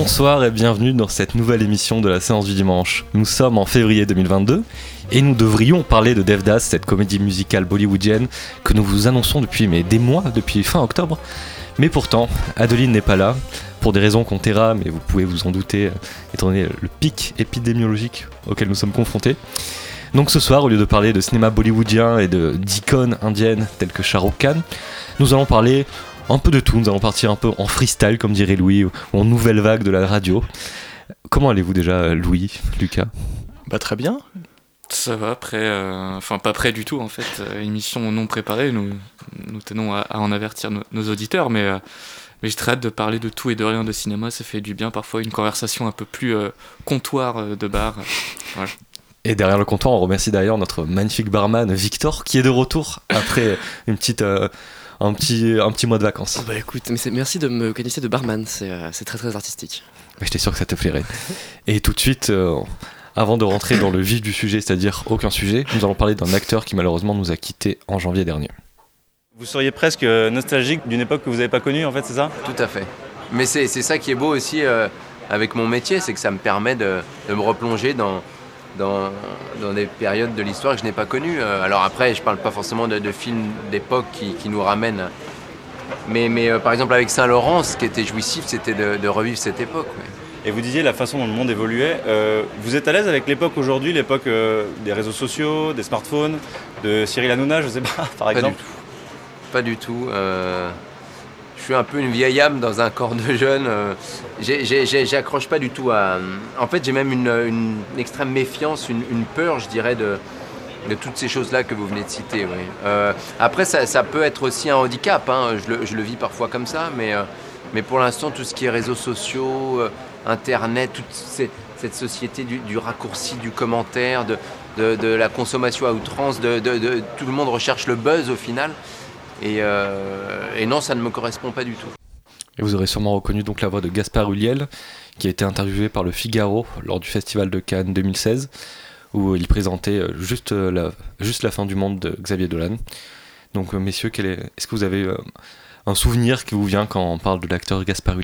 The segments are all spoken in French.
Bonsoir et bienvenue dans cette nouvelle émission de la séance du dimanche. Nous sommes en février 2022 et nous devrions parler de Devdas, cette comédie musicale bollywoodienne que nous vous annonçons depuis des mois, depuis fin octobre. Mais pourtant, Adeline n'est pas là, pour des raisons qu'on taira, mais vous pouvez vous en douter, étant donné le pic épidémiologique auquel nous sommes confrontés. Donc ce soir, au lieu de parler de cinéma bollywoodien et d'icônes indiennes telles que Shah Rukh Khan, nous allons parler un peu de tout. Nous allons partir un peu en freestyle, comme dirait Louis, ou en nouvelle vague de la radio. Comment allez-vous déjà, Louis, Lucas ? Très bien. Ça va, pas prêt du tout en fait. Émission non préparée, nous tenons à en avertir nos auditeurs, mais j'ai très hâte de parler de tout et de rien de cinéma. Ça fait du bien parfois, une conversation un peu plus comptoir de bar. Voilà. Et derrière le comptoir, on remercie d'ailleurs notre magnifique barman Victor, qui est de retour après un petit mois de vacances. Écoute, merci de me qualifier de barman, c'est très très artistique. Mais j'étais sûr que ça te plairait. Et tout de suite, avant de rentrer dans le vif du sujet, c'est-à-dire aucun sujet, nous allons parler d'un acteur qui malheureusement nous a quittés en janvier dernier. Vous seriez presque nostalgique d'une époque que vous n'avez pas connue, en fait, c'est ça ? Tout à fait. Mais c'est ça qui est beau aussi avec mon métier, c'est que ça me permet de me replonger dans des périodes de l'histoire que je n'ai pas connues. Alors après, je parle pas forcément de films d'époque qui nous ramènent. Mais par exemple avec Saint-Laurent, ce qui était jouissif, c'était de revivre cette époque. Ouais. Et vous disiez la façon dont le monde évoluait. Vous êtes à l'aise avec l'époque aujourd'hui, l'époque des réseaux sociaux, des smartphones, de Cyril Hanouna, je sais pas, par exemple ? Pas du tout. Je suis un peu une vieille âme dans un corps de jeune. J'accroche pas du tout à... En fait, j'ai même une extrême méfiance, une peur, je dirais, de toutes ces choses-là que vous venez de citer. Oui. Après, ça peut être aussi un handicap. Hein. Je le vis parfois comme ça, mais pour l'instant, tout ce qui est réseaux sociaux, Internet, toute cette société du raccourci, du commentaire, de la consommation à outrance, tout le monde recherche le buzz au final. Et non, ça ne me correspond pas du tout. Et vous aurez sûrement reconnu donc la voix de Gaspard Ulliel, qui a été interviewé par le Figaro lors du Festival de Cannes 2016, où il présentait juste la fin du monde de Xavier Dolan. Donc messieurs, est-ce que vous avez un souvenir qui vous vient quand on parle de l'acteur Gaspard Ulliel ?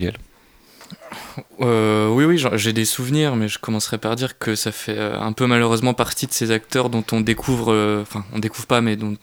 Oui, j'ai des souvenirs, mais je commencerai par dire que ça fait un peu malheureusement partie de ces acteurs dont on découvre, on découvre pas, mais dont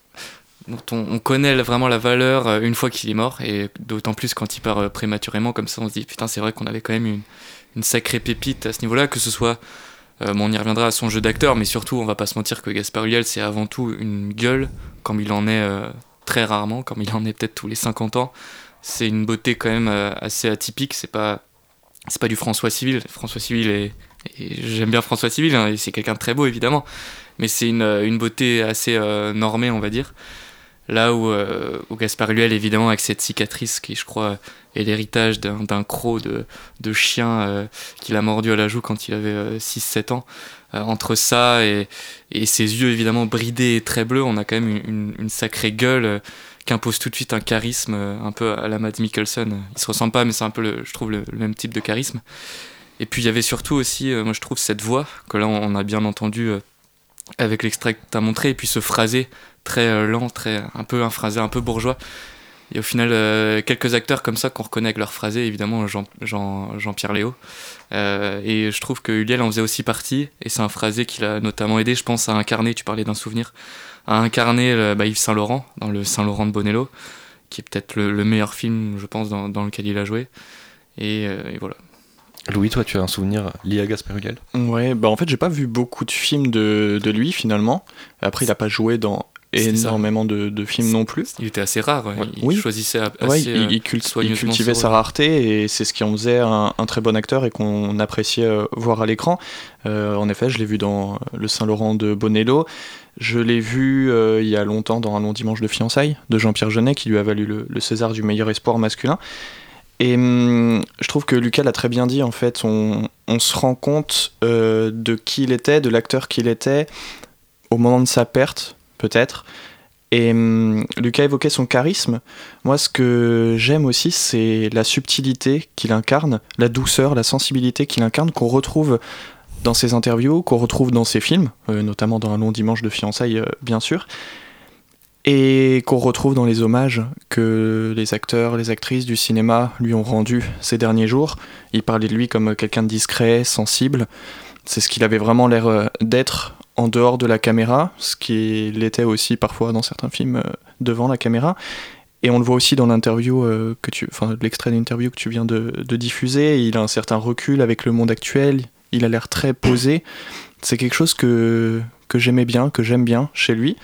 on connaît vraiment la valeur une fois qu'il est mort, et d'autant plus quand il part prématurément, comme ça on se dit putain, c'est vrai qu'on avait quand même une sacrée pépite à ce niveau-là, que ce soit, on y reviendra à son jeu d'acteur, mais surtout on va pas se mentir que Gaspard Ulliel c'est avant tout une gueule, comme il en est très rarement, comme il en est peut-être tous les 50 ans. C'est une beauté quand même assez atypique, c'est pas du François Civil. François Civil et j'aime bien François Civil, hein, et c'est quelqu'un de très beau évidemment, mais c'est une beauté assez normée, on va dire. Là où Gaspard Ulliel, évidemment, avec cette cicatrice qui, je crois, est l'héritage d'un croc de chien qu'il a mordu à la joue quand il avait 6-7 ans. Entre ça et ses yeux, évidemment, bridés et très bleus, on a quand même une sacrée gueule qui impose tout de suite un charisme un peu à la Mads Mikkelsen. Ils se ressemblent pas, mais c'est un peu, je trouve, le même type de charisme. Et puis, il y avait surtout aussi, moi, je trouve, cette voix, que là, on a bien entendu avec l'extrait que tu as montré, et puis ce phrasé très lent, un peu un phrasé un peu bourgeois. Et au final, quelques acteurs comme ça qu'on reconnaît avec leur phrasé, évidemment Jean-Pierre Léaud. Et je trouve que Ulliel en faisait aussi partie, et c'est un phrasé qui l'a notamment aidé, je pense, à incarner, tu parlais d'un souvenir, à incarner Yves Saint-Laurent, dans le Saint-Laurent de Bonello, qui est peut-être le meilleur film, je pense, dans lequel il a joué. Et voilà. Louis, toi, tu as un souvenir lié à Gaspard Ulliel ? Ouais, en fait, j'ai pas vu beaucoup de films de lui, finalement. Après, il a pas joué dans énormément de films non plus. Il était assez rare, ouais. Il choisissait assez il cultivait sa rareté, et c'est ce qui en faisait un très bon acteur et qu'on appréciait voir à l'écran. En effet, je l'ai vu dans le Saint-Laurent de Bonello. Je l'ai vu il y a longtemps dans Un long dimanche de fiançailles de Jean-Pierre Jeunet, qui lui a valu le César du meilleur espoir masculin. Et je trouve que Lucas l'a très bien dit, en fait, on se rend compte de qui il était, de l'acteur qu'il était, au moment de sa perte, peut-être. Et Lucas évoquait son charisme. Moi, ce que j'aime aussi, c'est la subtilité qu'il incarne, la douceur, la sensibilité qu'il incarne, qu'on retrouve dans ses interviews, qu'on retrouve dans ses films, notamment dans Un long dimanche de fiançailles, bien sûr. et qu'on retrouve dans les hommages que les acteurs, les actrices du cinéma lui ont rendus ces derniers jours. Il parlait de lui comme quelqu'un de discret, sensible. C'est ce qu'il avait vraiment l'air d'être en dehors de la caméra, ce qu'il était aussi parfois dans certains films devant la caméra. Et on le voit aussi dans l'interview l'extrait d'interview que tu viens de diffuser. Il a un certain recul avec le monde actuel. Il a l'air très posé. C'est quelque chose que j'aimais bien, que j'aime bien chez lui.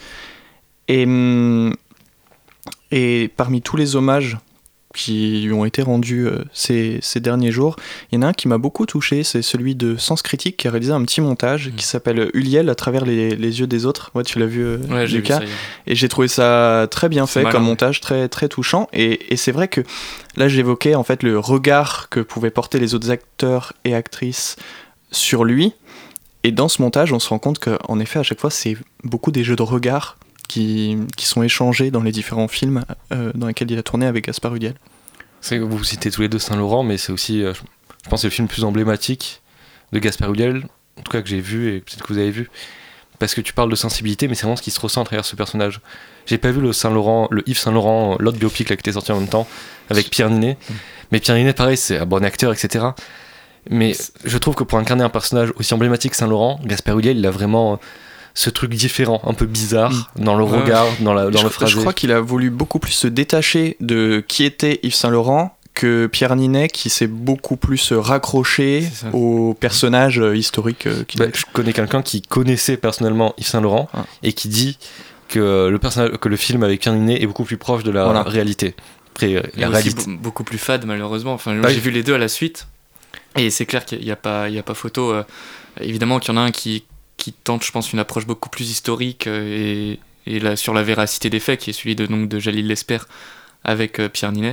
Et parmi tous les hommages qui lui ont été rendus ces derniers jours, il y en a un qui m'a beaucoup touché, c'est celui de Sens Critique qui a réalisé un petit montage qui s'appelle Uliel à travers les yeux des autres. Ouais, tu l'as vu, Lucas. Vu ça, et j'ai trouvé ça très bien fait comme montage, très, très touchant. Et c'est vrai que là, j'évoquais en fait le regard que pouvaient porter les autres acteurs et actrices sur lui. Et dans ce montage, on se rend compte qu'en effet, à chaque fois, c'est beaucoup des jeux de regard qui sont échangés dans les différents films dans lesquels il a tourné avec Gaspard Ulliel. C'est que vous citez tous les deux Saint-Laurent, mais c'est aussi, je pense, c'est le film le plus emblématique de Gaspard Ulliel, en tout cas que j'ai vu et peut-être que vous avez vu, parce que tu parles de sensibilité, mais c'est vraiment ce qui se ressent à travers ce personnage. J'ai pas vu le Yves Saint-Laurent, l'autre biopic là, qui était sorti en même temps, avec Pierre Ninet, mais Pierre Ninet, pareil, c'est un bon acteur, etc. Mais je trouve que pour incarner un personnage aussi emblématique que Saint-Laurent, Gaspard Ulliel, il a vraiment ce truc différent, un peu bizarre, dans le regard, dans le phrasé. Je crois qu'il a voulu beaucoup plus se détacher de qui était Yves Saint-Laurent que Pierre Ninet, qui s'est beaucoup plus raccroché au personnage historique qu'il est. Je connais quelqu'un qui connaissait personnellement Yves Saint-Laurent et qui dit que le film avec Pierre Ninet est beaucoup plus proche de la réalité. Après, la réalité beaucoup plus fade, malheureusement. Enfin, j'ai vu les deux à la suite. Et c'est clair qu'il n'y a pas photo. Évidemment qu'il y en a un qui tente, je pense, une approche beaucoup plus historique et là, sur la véracité des faits, qui est celui de Jalil Lesper avec Pierre Ninet.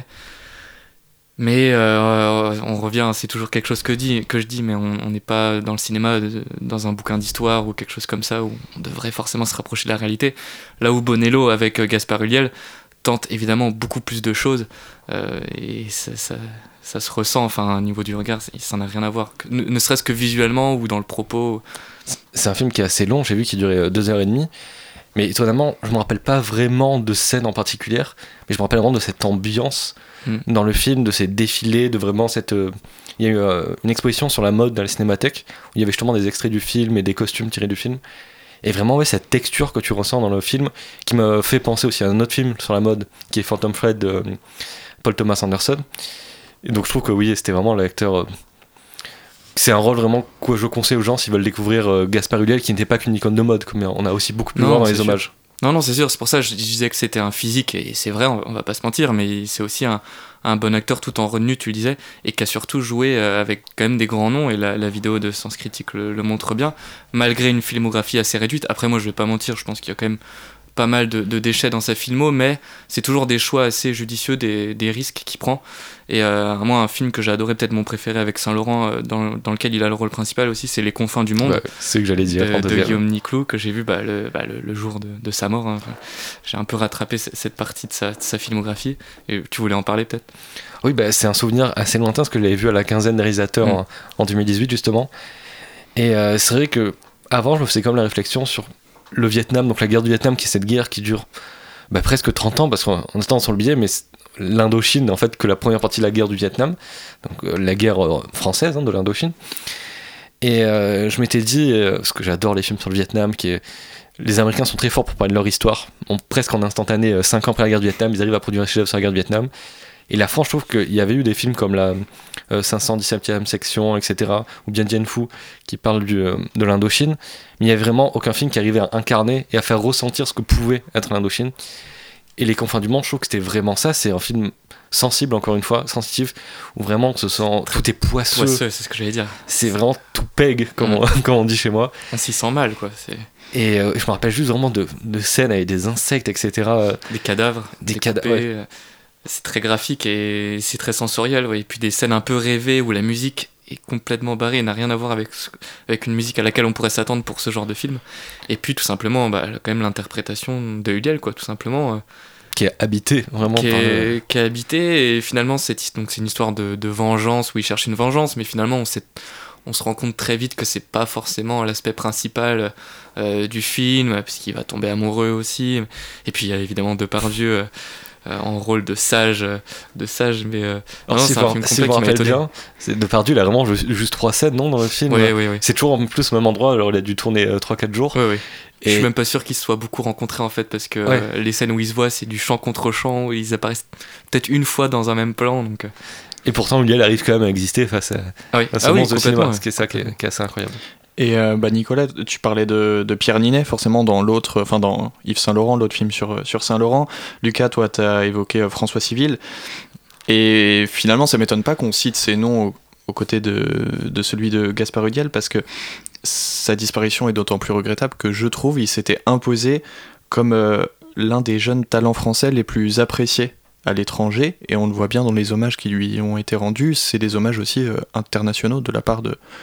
Mais on revient, c'est toujours quelque chose que je dis, mais on n'est pas dans le cinéma dans un bouquin d'histoire ou quelque chose comme ça où on devrait forcément se rapprocher de la réalité. Là où Bonello, avec Gaspard Ulliel, tente évidemment beaucoup plus de choses et ça se ressent, enfin, au niveau du regard, ça n'a rien à voir, ne serait-ce que visuellement ou dans le propos. C'est un film qui est assez long, j'ai vu qu'il durait 2h30, mais étonnamment, je me rappelle pas vraiment de scènes en particulier, mais je me rappelle vraiment de cette ambiance dans le film, de ces défilés, de vraiment cette... Il y a eu une exposition sur la mode dans la Cinémathèque, où il y avait justement des extraits du film et des costumes tirés du film, et vraiment cette texture que tu ressens dans le film, qui me fait penser aussi à un autre film sur la mode, qui est Phantom Thread de Paul Thomas Anderson. Et donc je trouve que oui, c'était vraiment l'acteur... C'est un rôle vraiment que je conseille aux gens s'ils veulent découvrir Gaspard Ulliel, qui n'était pas qu'une icône de mode, comme on a aussi beaucoup pu voir dans les hommages. Non, c'est sûr, c'est pour ça que je disais que c'était un physique, et c'est vrai, on va pas se mentir, mais c'est aussi un bon acteur tout en retenue, tu le disais, et qui a surtout joué avec quand même des grands noms, et la vidéo de Sens Critique le montre bien, malgré une filmographie assez réduite. Après, moi, je vais pas mentir, je pense qu'il y a quand même pas mal de déchets dans sa filmo, mais c'est toujours des choix assez judicieux, des risques qu'il prend. Et moi, un film que j'ai adoré, peut-être mon préféré avec Saint-Laurent, dans lequel il a le rôle principal aussi, c'est Les Confins du Monde, c'est que j'allais dire, de Guillaume Niclou, que j'ai vu le jour de sa mort. Enfin, j'ai un peu rattrapé cette partie de sa filmographie, et tu voulais en parler peut-être? Oui, c'est un souvenir assez lointain, parce que je l'avais vu à la quinzaine des réalisateurs en 2018 justement. Et c'est vrai que avant, je me faisais comme la réflexion sur le Vietnam, donc la guerre du Vietnam, qui est cette guerre qui dure presque 30 ans, parce qu'en étant sur le billet, mais l'Indochine, en fait, que la première partie de la guerre du Vietnam, donc la guerre française de l'Indochine. Et je m'étais dit, parce que j'adore les films sur le Vietnam, les Américains sont très forts pour parler de leur histoire, presque en instantané, 5 ans après la guerre du Vietnam, ils arrivent à produire un chef-d'œuvre sur la guerre du Vietnam. Et la France, je trouve qu'il y avait eu des films comme la 517e section, etc., ou bien Dien Phu, qui parlent de l'Indochine, mais il n'y avait vraiment aucun film qui arrivait à incarner et à faire ressentir ce que pouvait être l'Indochine. Et Les Confins du Monde, je trouve que c'était vraiment ça, c'est un film sensible, encore une fois, sensitif, où vraiment on se sent, tout est poisseux. C'est ce que j'allais dire. C'est vraiment tout peg, comme on dit chez moi. On s'y sent mal, quoi. Et je me rappelle juste vraiment de scènes avec des insectes, etc. Des cadavres. Ouais. C'est très graphique et c'est très sensoriel, ouais. Et puis des scènes un peu rêvées où la musique est complètement barrée et n'a rien à voir avec une musique à laquelle on pourrait s'attendre pour ce genre de film. Et puis tout simplement, quand même l'interprétation de Ulliel, quoi, tout simplement. Qui est habité, vraiment. Qui est habité, et finalement c'est une histoire de vengeance, où il cherche une vengeance, mais finalement on se rend compte très vite que c'est pas forcément l'aspect principal du film, puisqu'il va tomber amoureux aussi. Et puis il y a évidemment Depardieu en rôle de sage, mais non, c'est un film complet qui m'a étonné. Bien, Depardieu, il a vraiment juste 3 scènes, non, dans le film. Oui. C'est toujours en plus au même endroit, alors il a dû tourner 3-4 jours. Oui. Et je suis même pas sûr qu'ils se soient beaucoup rencontrés en fait, parce que les scènes où ils se voient, c'est du chant contre chant, où ils apparaissent peut-être une fois dans un même plan. Donc... Et pourtant, Ulliel arrive quand même à exister face à ce monstre de cinéma, ce qui est ça qui est assez incroyable. Et Nicolas, tu parlais de Pierre Ninet, forcément dans Yves Saint Laurent, l'autre film sur Saint Laurent. Lucas, toi, t'as évoqué François Civil. Et finalement, ça m'étonne pas qu'on cite ces noms aux côtés de celui de Gaspard Ulliel, parce que sa disparition est d'autant plus regrettable que je trouve il s'était imposé comme l'un des jeunes talents français les plus appréciés à l'étranger, et on le voit bien dans les hommages qui lui ont été rendus. C'est des hommages aussi internationaux de la part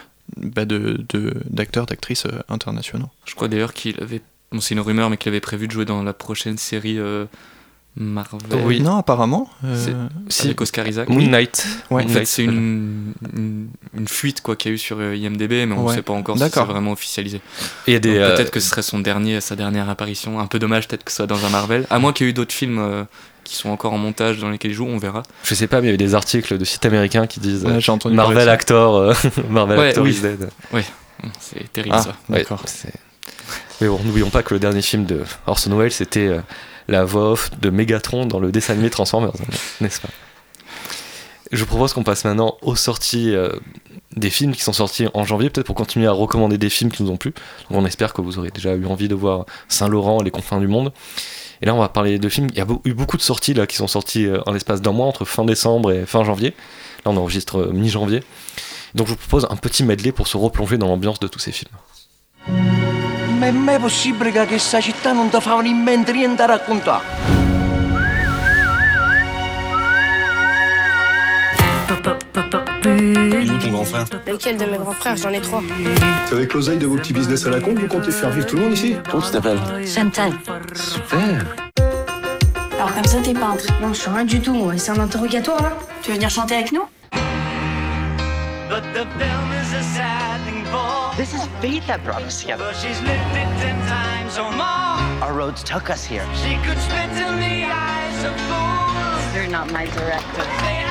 d'acteurs, d'actrices internationaux. Je crois d'ailleurs qu'il avait, c'est une rumeur, mais qu'il avait prévu de jouer dans la prochaine série Marvel. Oui. Non, apparemment. Avec Oscar Isaac. Moon Knight. Ouais. En fait, c'est une fuite qu'il y a eu sur IMDb, mais on ne sait pas encore si c'est vraiment officialisé. Et peut-être que ce serait sa dernière apparition. Un peu dommage, peut-être que ce soit dans un Marvel. À moins qu'il y ait eu d'autres films qui sont encore en montage dans lesquels il joue, on verra. Je sais pas, mais il y avait des articles de sites américains qui disent Marvel Actor, Marvel Actor is dead. Oui, c'est terrible ça. D'accord. Mais bon, n'oublions pas que le dernier film de Orson Welles, c'était la voix off de Megatron dans le dessin animé Transformers, n'est-ce pas ? Je vous propose qu'on passe maintenant aux sorties des films qui sont sortis en janvier, peut-être pour continuer à recommander des films qui nous ont plu. Donc on espère que vous aurez déjà eu envie de voir Saint-Laurent et les confins du monde. Et là, on va parler de films. Il y a eu beaucoup de sorties là, qui sont sorties en l'espace d'un mois, entre fin décembre et fin janvier. Là, on enregistre mi-janvier. Donc, je vous propose un petit medley pour se replonger dans l'ambiance de tous ces films. Ma è mai possibile che questa città non ti fa in mente niente a raccontare? Il est où ton grand frère? Lequel de mes grands frères? J'en ai 3. C'est avec l'oseille de vos petits business à la con que vous comptez faire vivre tout le monde ici? Comment tu t'appelles? Chantal. Super. Alors comme ça t'es peintre? Non, je suis rien du tout moi. C'est un interrogatoire là? Tu veux venir chanter avec nous? This is fate that brought us together. Our roads took us here. You're not my director.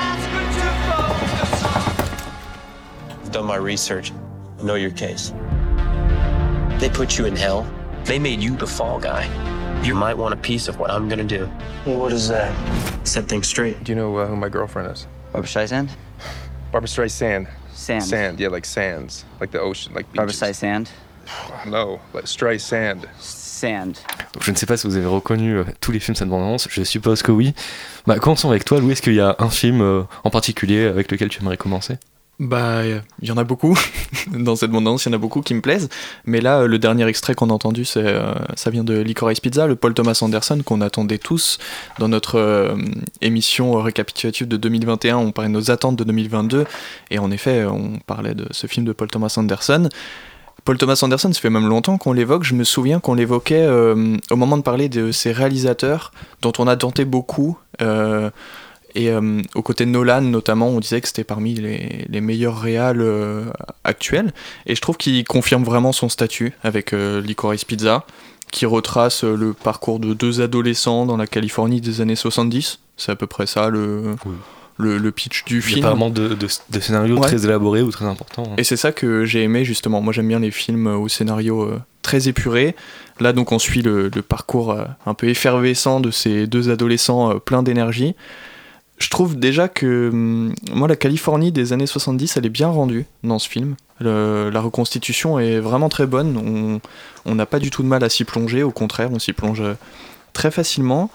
I've done my research. I know your case. They put you in hell. They made you the fall guy. You might want a piece of what I'm gonna do. Well, what is that? Set things straight. Do you know who my girlfriend is? Barbra Streisand? Barbra Streisand. Sand, yeah, like sands, like the ocean, like beaches. Barbra Streisand? No, like Streisand. Sand. Je ne sais pas si vous avez reconnu tous les films cette bande-annonce, je suppose que oui. Commençons avec toi, Louis. Est-ce qu'il y a un film en particulier avec lequel tu aimerais commencer ? Il y en a beaucoup. Dans cette bande-annonce, il y en a beaucoup qui me plaisent. Mais là, le dernier extrait qu'on a entendu, ça vient de Licorice Pizza, le Paul Thomas Anderson qu'on attendait tous. Dans notre émission récapitulative de 2021, on parlait de nos attentes de 2022. Et en effet, on parlait de ce film de Paul Thomas Anderson. Paul Thomas Anderson, ça fait même longtemps qu'on l'évoque. Je me souviens qu'on l'évoquait au moment de parler de ces réalisateurs dont on attendait beaucoup. Et aux côtés de Nolan notamment, on disait que c'était parmi les meilleurs réals actuels. Et je trouve qu'il confirme vraiment son statut avec Licorice Pizza, qui retrace le parcours de 2 adolescents dans la Californie des années 70. C'est à peu près ça le pitch du film. Il n'y a pas vraiment de scénario très élaboré ou très important. Et c'est ça que j'ai aimé justement. Moi j'aime bien les films au scénario très épuré. Là donc on suit le parcours un peu effervescent de ces 2 adolescents pleins d'énergie. Je trouve déjà que moi la Californie des années 70 elle est bien rendue dans ce film. La reconstitution est vraiment très bonne. On n'a pas du tout de mal à s'y plonger, au contraire on s'y plonge très facilement.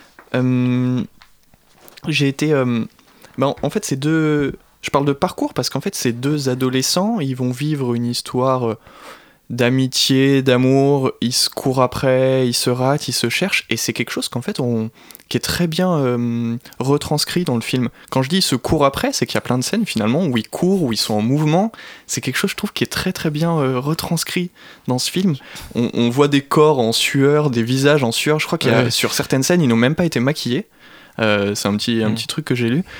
J'ai été... en fait c'est je parle de parcours parce qu'en fait ces 2 adolescents ils vont vivre une histoire d'amitié, d'amour, ils se courent après, ils se ratent, ils se cherchent, et c'est quelque chose qu'en fait qui est très bien retranscrit dans le film. Quand je dis ils se courent après, c'est qu'il y a plein de scènes finalement où ils courent, où ils sont en mouvement. C'est quelque chose je trouve qui est très très bien retranscrit dans ce film. On voit des corps en sueur, des visages en sueur. Je crois qu'il y a sur certaines scènes ils n'ont même pas été maquillés. C'est un petit truc que j'ai lu.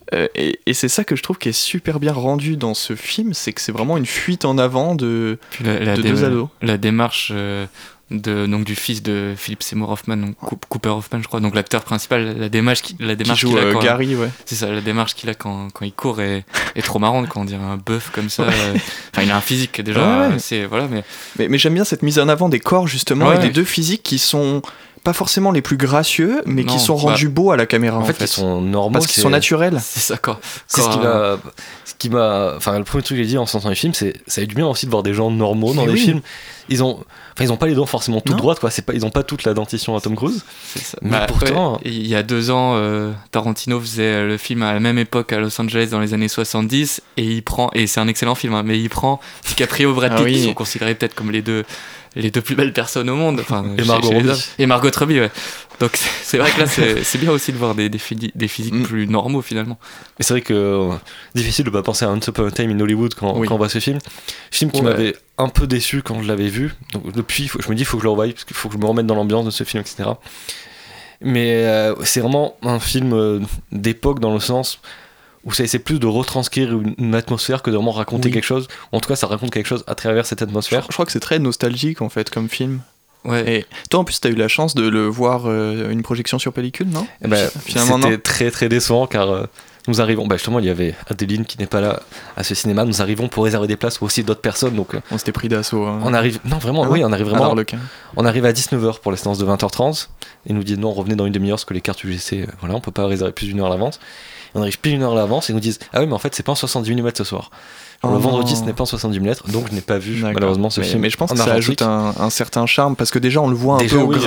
Et c'est ça que je trouve qui est super bien rendu dans ce film, c'est que c'est vraiment une fuite en avant de deux ados. La démarche donc du fils de Philip Seymour Hoffman, donc Cooper Hoffman je crois, donc l'acteur principal, la démarche qui qu'il joue a quand Gary, ouais. C'est ça, la démarche qu'il a quand il court est trop marrante, quand on dirait un bœuf comme ça. Enfin, il a un physique déjà, c'est voilà, mais j'aime bien cette mise en avant des corps justement et des deux physiques qui sont pas forcément les plus gracieux, mais qui sont rendus beaux à la caméra. En fait, ils sont normaux. Parce qu'ils sont naturels. C'est ça, quoi. C'est ce qui m'a. Enfin, le premier truc que j'ai dit en sortant les films, c'est ça a eu du bien aussi de voir des gens normaux dans les films. Ils ont pas les dents forcément toutes droites, quoi. Ils ont pas toute la dentition à Tom Cruise. C'est ça. Mais pourtant. Il y a 2 ans, Tarantino faisait le film à la même époque à Los Angeles dans les années 70, et c'est un excellent film, hein, mais il prend DiCaprio et Brad Pitt, qui sont considérés peut-être comme les deux plus belles personnes au monde, enfin, et Margot Robbie, ouais. Donc c'est vrai que là c'est bien aussi de voir des physiques plus normaux finalement. Et c'est vrai que difficile de pas penser à Once Upon a Time in Hollywood quand on voit ce film. Film qui m'avait un peu déçu quand je l'avais vu. Donc depuis, je me dis il faut que je le revoie parce qu'il faut que je me remette dans l'ambiance de ce film, etc. Mais c'est vraiment un film d'époque dans le sens où ça essaie plus de retranscrire une atmosphère que de vraiment raconter quelque chose. En tout cas, ça raconte quelque chose à travers cette atmosphère. Je crois que c'est très nostalgique en fait comme film. Ouais. Et toi en plus t'as eu la chance de le voir une projection sur pellicule, non? Finalement c'était très très décevant car nous arrivons, justement il y avait Adeline qui n'est pas là à ce cinéma, nous arrivons pour réserver des places pour aussi d'autres personnes, donc on s'était pris d'assaut. On arrive, non vraiment, on arrive vraiment, on arrive à 19h pour les séances de 20h30 et nous dit non, revenez dans une demi-heure parce que les cartes UGC, voilà, on peut pas réserver plus d'une heure à l'avance. On arrive pile une heure à l'avance et nous disent ah oui mais en fait c'est pas en 70 mm ce soir. Le vendredi ce n'est pas en 70 mm, donc je n'ai pas vu malheureusement ce film. Mais je pense que ça ajoute un certain charme parce que déjà on le voit un peu au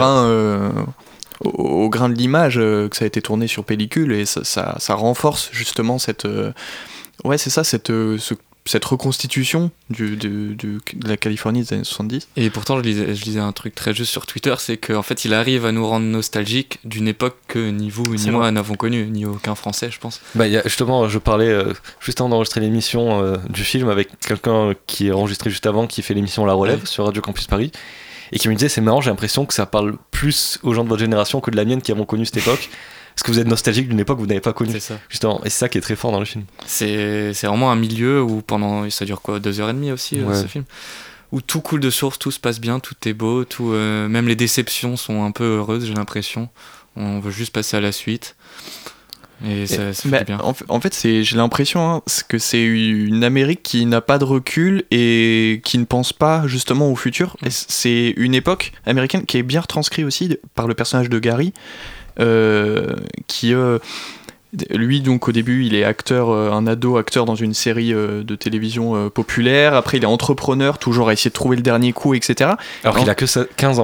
grain de l'image que ça a été tourné sur pellicule et ça renforce justement cette reconstitution de la Californie des années 70. Et pourtant, je lisais un truc très juste sur Twitter, c'est qu'en fait, il arrive à nous rendre nostalgiques d'une époque que ni vous ni moi n'avons connue, ni aucun Français, je pense. Justement, je parlais juste avant d'enregistrer l'émission du film avec quelqu'un qui est enregistré juste avant, qui fait l'émission La Relève sur Radio Campus Paris, et qui me disait c'est marrant, j'ai l'impression que ça parle plus aux gens de votre génération que de la mienne qui avons connu cette époque. Parce que vous êtes nostalgique d'une époque que vous n'avez pas connue. C'est ça. Justement. Et c'est ça qui est très fort dans le film. C'est vraiment un milieu où ça dure 2h30 aussi, ce film. Où tout coule de source, tout se passe bien, tout est beau, même les déceptions sont un peu heureuses, j'ai l'impression. On veut juste passer à la suite. Et ça fait bien. En fait, j'ai l'impression que c'est une Amérique qui n'a pas de recul et qui ne pense pas justement au futur. Et c'est une époque américaine qui est bien retranscrite aussi par le personnage de Gary. Qui lui donc au début il est un ado acteur dans une série de télévision populaire, après il est entrepreneur toujours à essayer de trouver le dernier coup, etc. Alors qu'il a que 15 ans.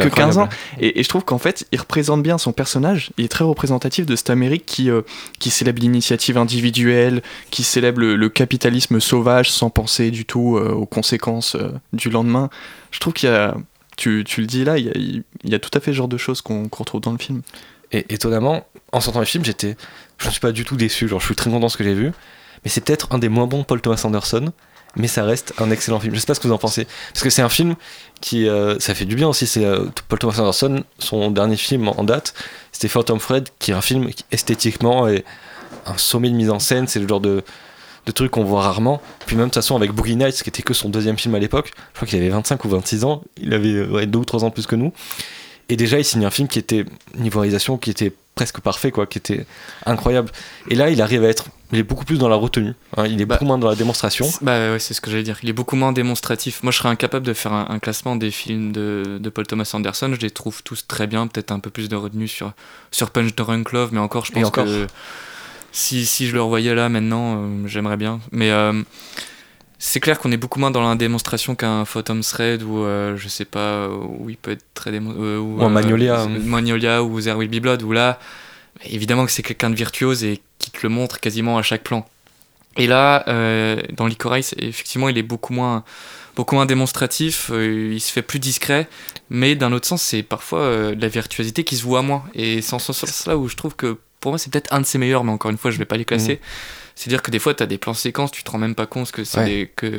Et je trouve qu'en fait il représente bien son personnage, il est très représentatif de cette Amérique qui célèbre l'initiative individuelle, qui célèbre le capitalisme sauvage sans penser du tout aux conséquences du lendemain. Je trouve qu'il y a, tu le dis là, il y a tout à fait ce genre de choses qu'on retrouve dans le film. Et étonnamment, en sortant le film, je ne suis pas du tout déçu, je suis très content de ce que j'ai vu, mais c'est peut-être un des moins bons Paul Thomas Anderson, mais ça reste un excellent film. Je sais pas ce que vous en pensez, parce que c'est un film qui, ça fait du bien aussi, c'est Paul Thomas Anderson, son dernier film en date, c'était Phantom Thread, qui est un film qui esthétiquement est un sommet de mise en scène, c'est le genre de trucs qu'on voit rarement. Puis même de toute façon avec Boogie Nights, qui était que son deuxième film à l'époque, je crois qu'il avait 25 ou 26 ans, il avait 2 ou 3 ans de plus que nous. Et déjà, il signe un film qui était, niveau réalisation, qui était presque parfait, quoi, qui était incroyable. Et là, il arrive il est beaucoup plus dans la retenue, il est beaucoup moins dans la démonstration. C'est ce que j'allais dire, il est beaucoup moins démonstratif. Moi, je serais incapable de faire un classement des films de Paul Thomas Anderson, je les trouve tous très bien, peut-être un peu plus de retenue sur Punch Drunk Love, mais encore, je pense que si je le revoyais là, maintenant, j'aimerais bien. Mais c'est clair qu'on est beaucoup moins dans la démonstration qu'un Phantom Thread ou je sais pas où il peut être très ou un Magnolia ou There Will Be Blood, où là évidemment que c'est quelqu'un de virtuose et qui te le montre quasiment à chaque plan. Et là dans Licorice, effectivement il est beaucoup moins démonstratif, il se fait plus discret, mais d'un autre sens c'est parfois de la virtuosité qui se voit moins, et c'est en ce sens là où je trouve que pour moi c'est peut-être un de ses meilleurs, mais encore une fois je vais pas les classer. c'est dire que des fois t'as des plans séquences, tu te rends même pas compte que c'est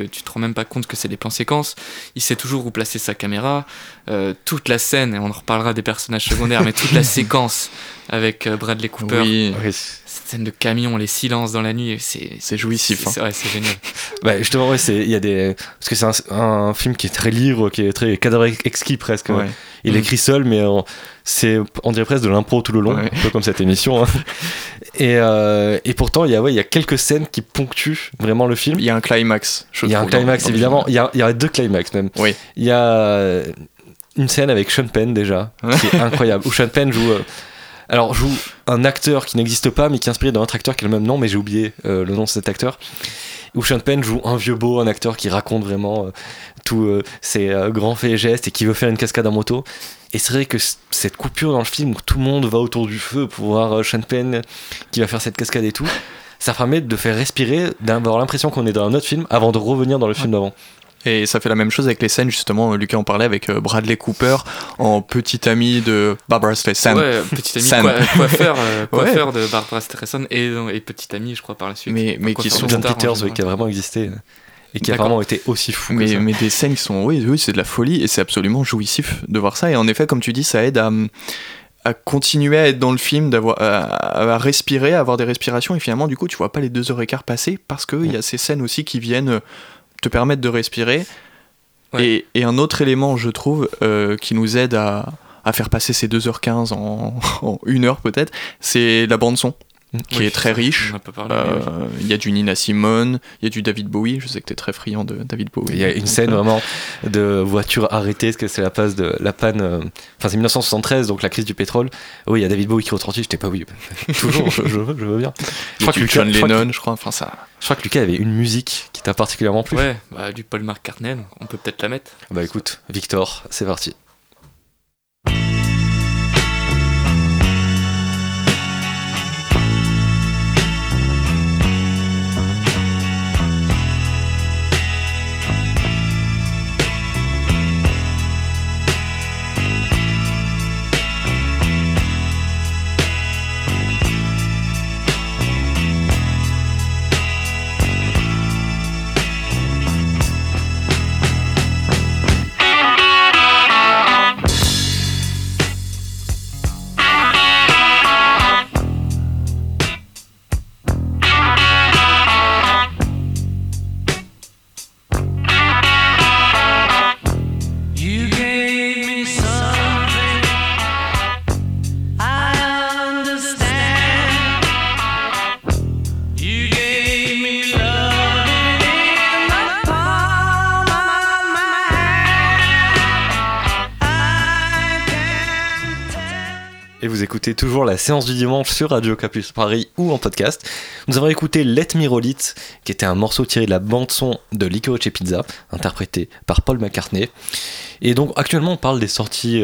des plans séquences. Il sait toujours où placer sa caméra. Toute la scène, et on en reparlera des personnages secondaires, mais toute la séquence avec Bradley Cooper, cette scène de camion, les silences dans la nuit, c'est jouissif. C'est génial. Bah, justement, il y a des. Parce que c'est un film qui est très libre, qui est très cadre exquis presque. Ouais. Il écrit seul, mais on dirait presque de l'impro tout le long, un peu comme cette émission. Hein. Et pourtant, il y a quelques scènes qui ponctuent vraiment le film. Il y a un climax. Il y a un climax, évidemment. Il y a 2 climax même. Oui. Il y a une scène avec Sean Penn déjà, qui est incroyable, où Sean Penn joue un acteur qui n'existe pas, mais qui est inspiré d'un autre acteur qui a le même nom, mais j'ai oublié le nom de cet acteur. Où Sean Penn joue un vieux beau, un acteur qui raconte vraiment tous ses grands faits et gestes et qui veut faire une cascade en moto. Et c'est vrai que cette coupure dans le film où tout le monde va autour du feu pour voir Sean Penn qui va faire cette cascade et tout, ça permet de faire respirer, d'avoir l'impression qu'on est dans un autre film avant de revenir dans le film d'avant. Et ça fait la même chose avec les scènes, justement, Lucas en parlait avec Bradley Cooper en petit ami de Barbara Streisand. Ouais, petit ami coiffeur de Barbara Streisand et petit ami, je crois, par la suite. Mais qui sont John Peters, qui a vraiment existé et qui a vraiment été aussi fou que ça. Mais des scènes qui sont, oui, c'est de la folie et c'est absolument jouissif de voir ça. Et en effet, comme tu dis, ça aide à continuer à être dans le film, à respirer, à avoir des respirations. Et finalement, du coup, tu vois pas les 2h15 passer parce qu'il y a ces scènes aussi qui viennent te permettre de respirer. Ouais. Et un autre élément, je trouve, qui nous aide à faire passer ces 2h15 en 1h peut-être, c'est la bande-son, qui est très riche. Il y a du Nina Simone, il y a du David Bowie. Je sais que tu es très friand de David Bowie. Il y a une scène vraiment de voiture arrêtée, parce que c'est la panne. Enfin, c'est 1973, donc la crise du pétrole. Oui, il y a David Bowie qui retentit. J'étais pas oui. Toujours, je veux bien. Je crois que John Lennon, je crois. Enfin, ça. Je crois que Lucas avait une musique qui t'a particulièrement plu. Ouais, du Paul McCartney, on peut peut-être la mettre. Bah écoute, Victor, c'est parti. Vous écoutez toujours la séance du dimanche sur Radio Campus Paris ou en podcast. Nous avons écouté Let Me Roll It, qui était un morceau tiré de la bande-son de Licorice Pizza, interprété par Paul McCartney. Et donc actuellement on parle des sorties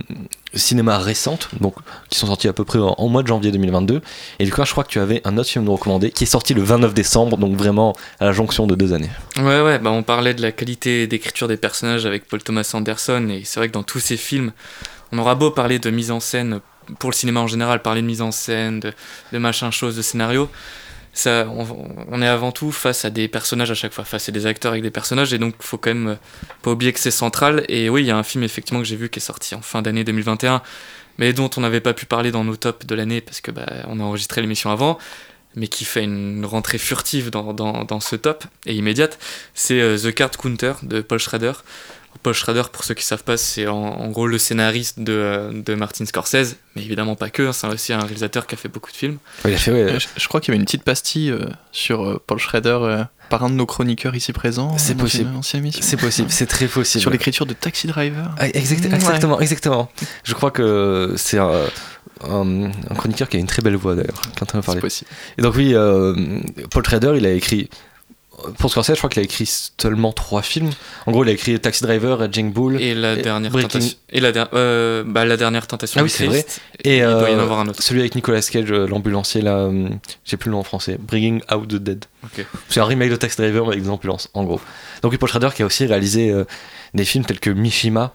cinéma récentes, donc qui sont sorties à peu près en mois de janvier 2022. Et du coup je crois que tu avais un autre film nous recommander qui est sorti le 29 décembre, donc vraiment à la jonction de 2 années. Ouais, on parlait de la qualité d'écriture des personnages avec Paul Thomas Anderson, et c'est vrai que dans tous ces films, on aura beau parler de mise en scène, pour le cinéma en général, parler de mise en scène, de machin chose, de scénario, ça, on est avant tout face à des personnages à chaque fois, face à des acteurs avec des personnages, et donc faut quand même pas oublier que c'est central. Et oui, il y a un film effectivement que j'ai vu qui est sorti en fin d'année 2021, mais dont on n'avait pas pu parler dans nos tops de l'année parce que on a enregistré l'émission avant, mais qui fait une rentrée furtive dans ce top et immédiate. C'est The Card Counter de Paul Schrader. Paul Schrader, pour ceux qui ne savent pas, c'est en gros le scénariste de Martin Scorsese, mais évidemment pas que, c'est aussi un réalisateur qui a fait beaucoup de films. Il a fait, je crois qu'il y avait une petite pastille sur Paul Schrader par un de nos chroniqueurs ici présents. C'est possible. C'est possible, c'est très possible. Sur l'écriture de Taxi Driver. Exactement. Je crois que c'est un chroniqueur qui a une très belle voix d'ailleurs, quand on en parlait. C'est possible. Et donc oui, Paul Schrader, il a écrit... Pour Scorsese, je crois qu'il a écrit seulement 3 films. En gros, il a écrit Taxi Driver, Raging Bull et La Dernière Tentation. Et la Dernière Tentation. Ah oui, c'est vrai. Et il doit y en avoir un autre. Celui avec Nicolas Cage, l'ambulancier là, j'ai plus le nom en français. Bringing Out the Dead. Okay. C'est un remake de Taxi Driver avec des ambulances, en gros. Donc Paul Schrader qui a aussi réalisé des films tels que Mishima,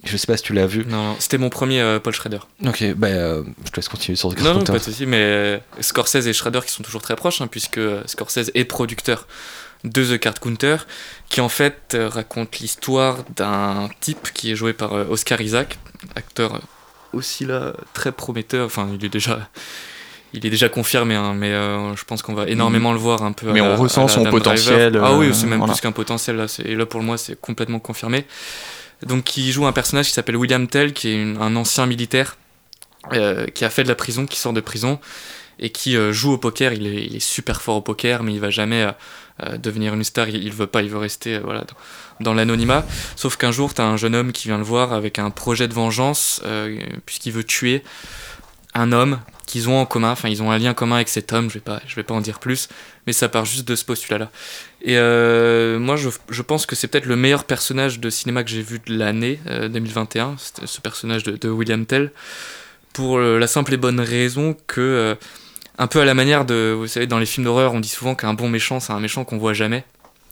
Je sais pas si tu l'as vu. Non, c'était mon premier Paul Schrader. Ok, je te laisse continuer sur The Card Non, Counter. pas de souci, mais Scorsese et Schrader qui sont toujours très proches, hein, puisque Scorsese est producteur de The Card Counter, qui en fait raconte l'histoire d'un type qui est joué par Oscar Isaac, acteur aussi là très prometteur. Enfin, il est déjà confirmé, hein, mais je pense qu'on va énormément le voir un peu. Mais on ressent son potentiel. Ah oui, c'est même plus qu'un potentiel là. Et là pour moi, c'est complètement confirmé. Donc, il joue un personnage qui s'appelle William Tell, qui est un ancien militaire qui a fait de la prison, qui sort de prison et qui joue au poker. Il est super fort au poker, mais il va jamais devenir une star. Il veut pas, il veut rester dans l'anonymat. Sauf qu'un jour, t'as un jeune homme qui vient le voir avec un projet de vengeance, puisqu'il veut tuer un homme qu'ils ont en commun. Enfin, ils ont un lien commun avec cet homme. Je vais pas en dire plus, mais ça part juste de ce postulat-là. Et moi, je pense que c'est peut-être le meilleur personnage de cinéma que j'ai vu de l'année 2021, ce personnage de William Tell, pour la simple et bonne raison que, un peu à la manière de, vous savez, dans les films d'horreur, on dit souvent qu'un bon méchant, c'est un méchant qu'on voit jamais.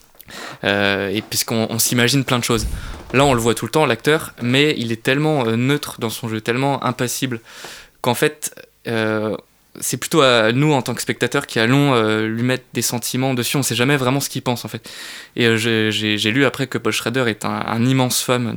Et puisqu'on s'imagine plein de choses. Là, on le voit tout le temps, l'acteur, mais il est tellement neutre dans son jeu, tellement impassible, qu'en fait... c'est plutôt à nous en tant que spectateurs qui allons lui mettre des sentiments dessus. On sait jamais vraiment ce qu'il pense en fait. Et j'ai lu après que Paul Schrader est un immense fan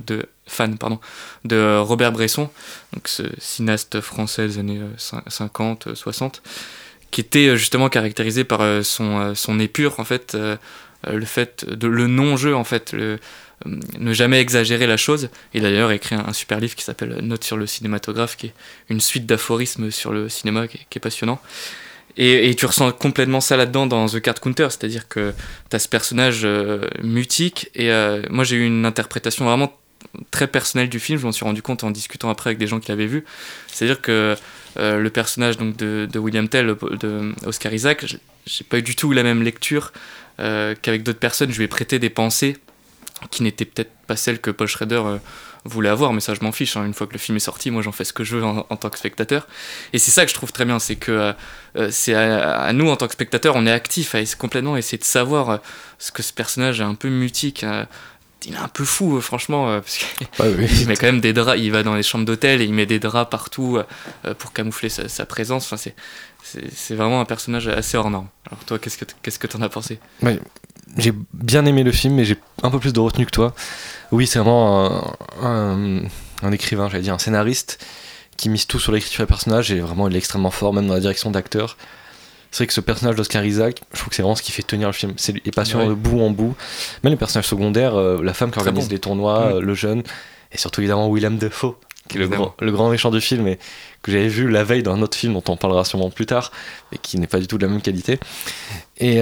de Robert Bresson, donc ce cinéaste français des années 50, 60, qui était justement caractérisé par son épure en fait, le fait de le non-jeu en fait, ne jamais exagérer la chose. Il a d'ailleurs écrit un super livre qui s'appelle Notes sur le cinématographe, qui est une suite d'aphorismes sur le cinéma qui est passionnant. Et tu ressens complètement ça là-dedans dans The Card Counter, c'est-à-dire que tu as ce personnage mutique, et moi j'ai eu une interprétation vraiment très personnelle du film, je m'en suis rendu compte en discutant après avec des gens qui l'avaient vu. C'est-à-dire que le personnage donc, de William Tell, de Oscar Isaac, j'ai pas eu du tout la même lecture qu'avec d'autres personnes. Je lui ai prêté des pensées qui n'étaient peut-être pas celles que Paul Schrader voulait avoir, mais ça je m'en fiche, hein. Une fois que le film est sorti, moi j'en fais ce que je veux en tant que spectateur, et c'est ça que je trouve très bien, c'est que c'est à nous en tant que spectateurs, on est actifs à complètement essayer de savoir ce que ce personnage est un peu mutique, il est un peu fou franchement, parce qu'il met quand même des draps, il va dans les chambres d'hôtel et il met des draps partout pour camoufler sa présence. Enfin, c'est vraiment un personnage assez hors norme. Alors toi, qu'est-ce que t'en as pensé? J'ai bien aimé le film, mais j'ai un peu plus de retenue que toi. Oui, c'est vraiment un écrivain, j'allais dire un scénariste, qui mise tout sur l'écriture des personnages, et vraiment il est extrêmement fort, même dans la direction d'acteur. C'est vrai que ce personnage d'Oscar Isaac, je trouve que c'est vraiment ce qui fait tenir le film. Il est passionnant de bout en bout. Même les personnages secondaires, la femme qui organise les tournois, le jeune, et surtout évidemment Willem Dafoe, qui est le grand méchant du film, et que j'avais vu la veille dans un autre film dont on parlera sûrement plus tard, mais qui n'est pas du tout de la même qualité. Et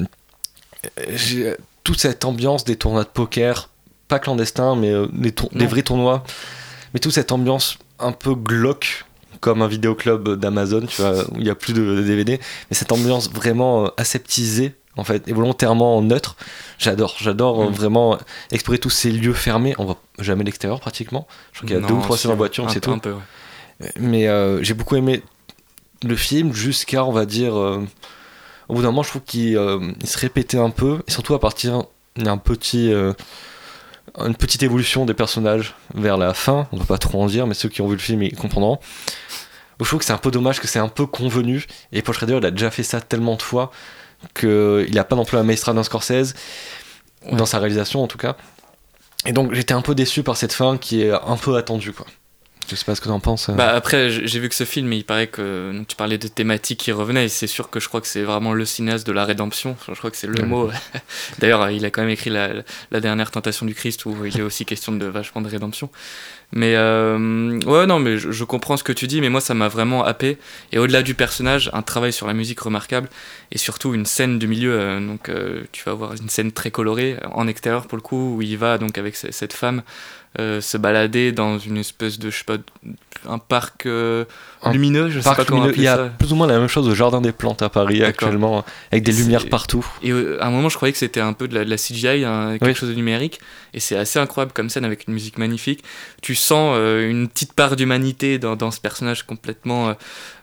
j'ai toute cette ambiance des tournois de poker, pas clandestins, mais des vrais tournois, mais toute cette ambiance un peu glauque, comme un vidéoclub d'Amazon, tu vois, où il n'y a plus de DVD, mais cette ambiance vraiment aseptisée, en fait, et volontairement neutre, j'adore vraiment explorer tous ces lieux fermés. On voit jamais l'extérieur pratiquement, je crois qu'il y a 2 ou 3 scènes en voiture, c'est tout. Un peu, ouais. Mais j'ai beaucoup aimé le film jusqu'à, on va dire, au bout d'un moment, je trouve qu'il se répétait un peu, et surtout à partir d'un une petite évolution des personnages vers la fin, on ne va pas trop en dire, mais ceux qui ont vu le film ils comprendront. Je trouve que c'est un peu dommage, que c'est un peu convenu, et Paul Schrader il a déjà fait ça tellement de fois qu'il n'a pas non plus la maestria d'un Scorsese, dans sa réalisation en tout cas, et donc j'étais un peu déçu par cette fin qui est un peu attendue, quoi. Je sais pas ce que t'en penses. Après, j'ai vu que ce film, il paraît que donc, tu parlais de thématiques qui revenaient, et c'est sûr que je crois que c'est vraiment le cinéaste de la rédemption. Je crois que c'est le mot. D'ailleurs, il a quand même écrit la dernière tentation du Christ, où il est aussi question de vachement de rédemption. Mais ouais, non, mais je comprends ce que tu dis, mais moi ça m'a vraiment happé. Et au-delà du personnage, un travail sur la musique remarquable, et surtout une scène du milieu. Donc tu vas avoir une scène très colorée en extérieur pour le coup, où il va donc avec cette femme se balader dans une espèce de, je sais pas, un parc lumineux, je sais pas comment appeler ça. Il y a plus ou moins la même chose au Jardin des Plantes à Paris actuellement, avec des lumières partout. Et à un moment, je croyais que c'était un peu de la CGI, quelque chose de numérique, et c'est assez incroyable comme scène avec une musique magnifique. Tu sens une petite part d'humanité dans ce personnage complètement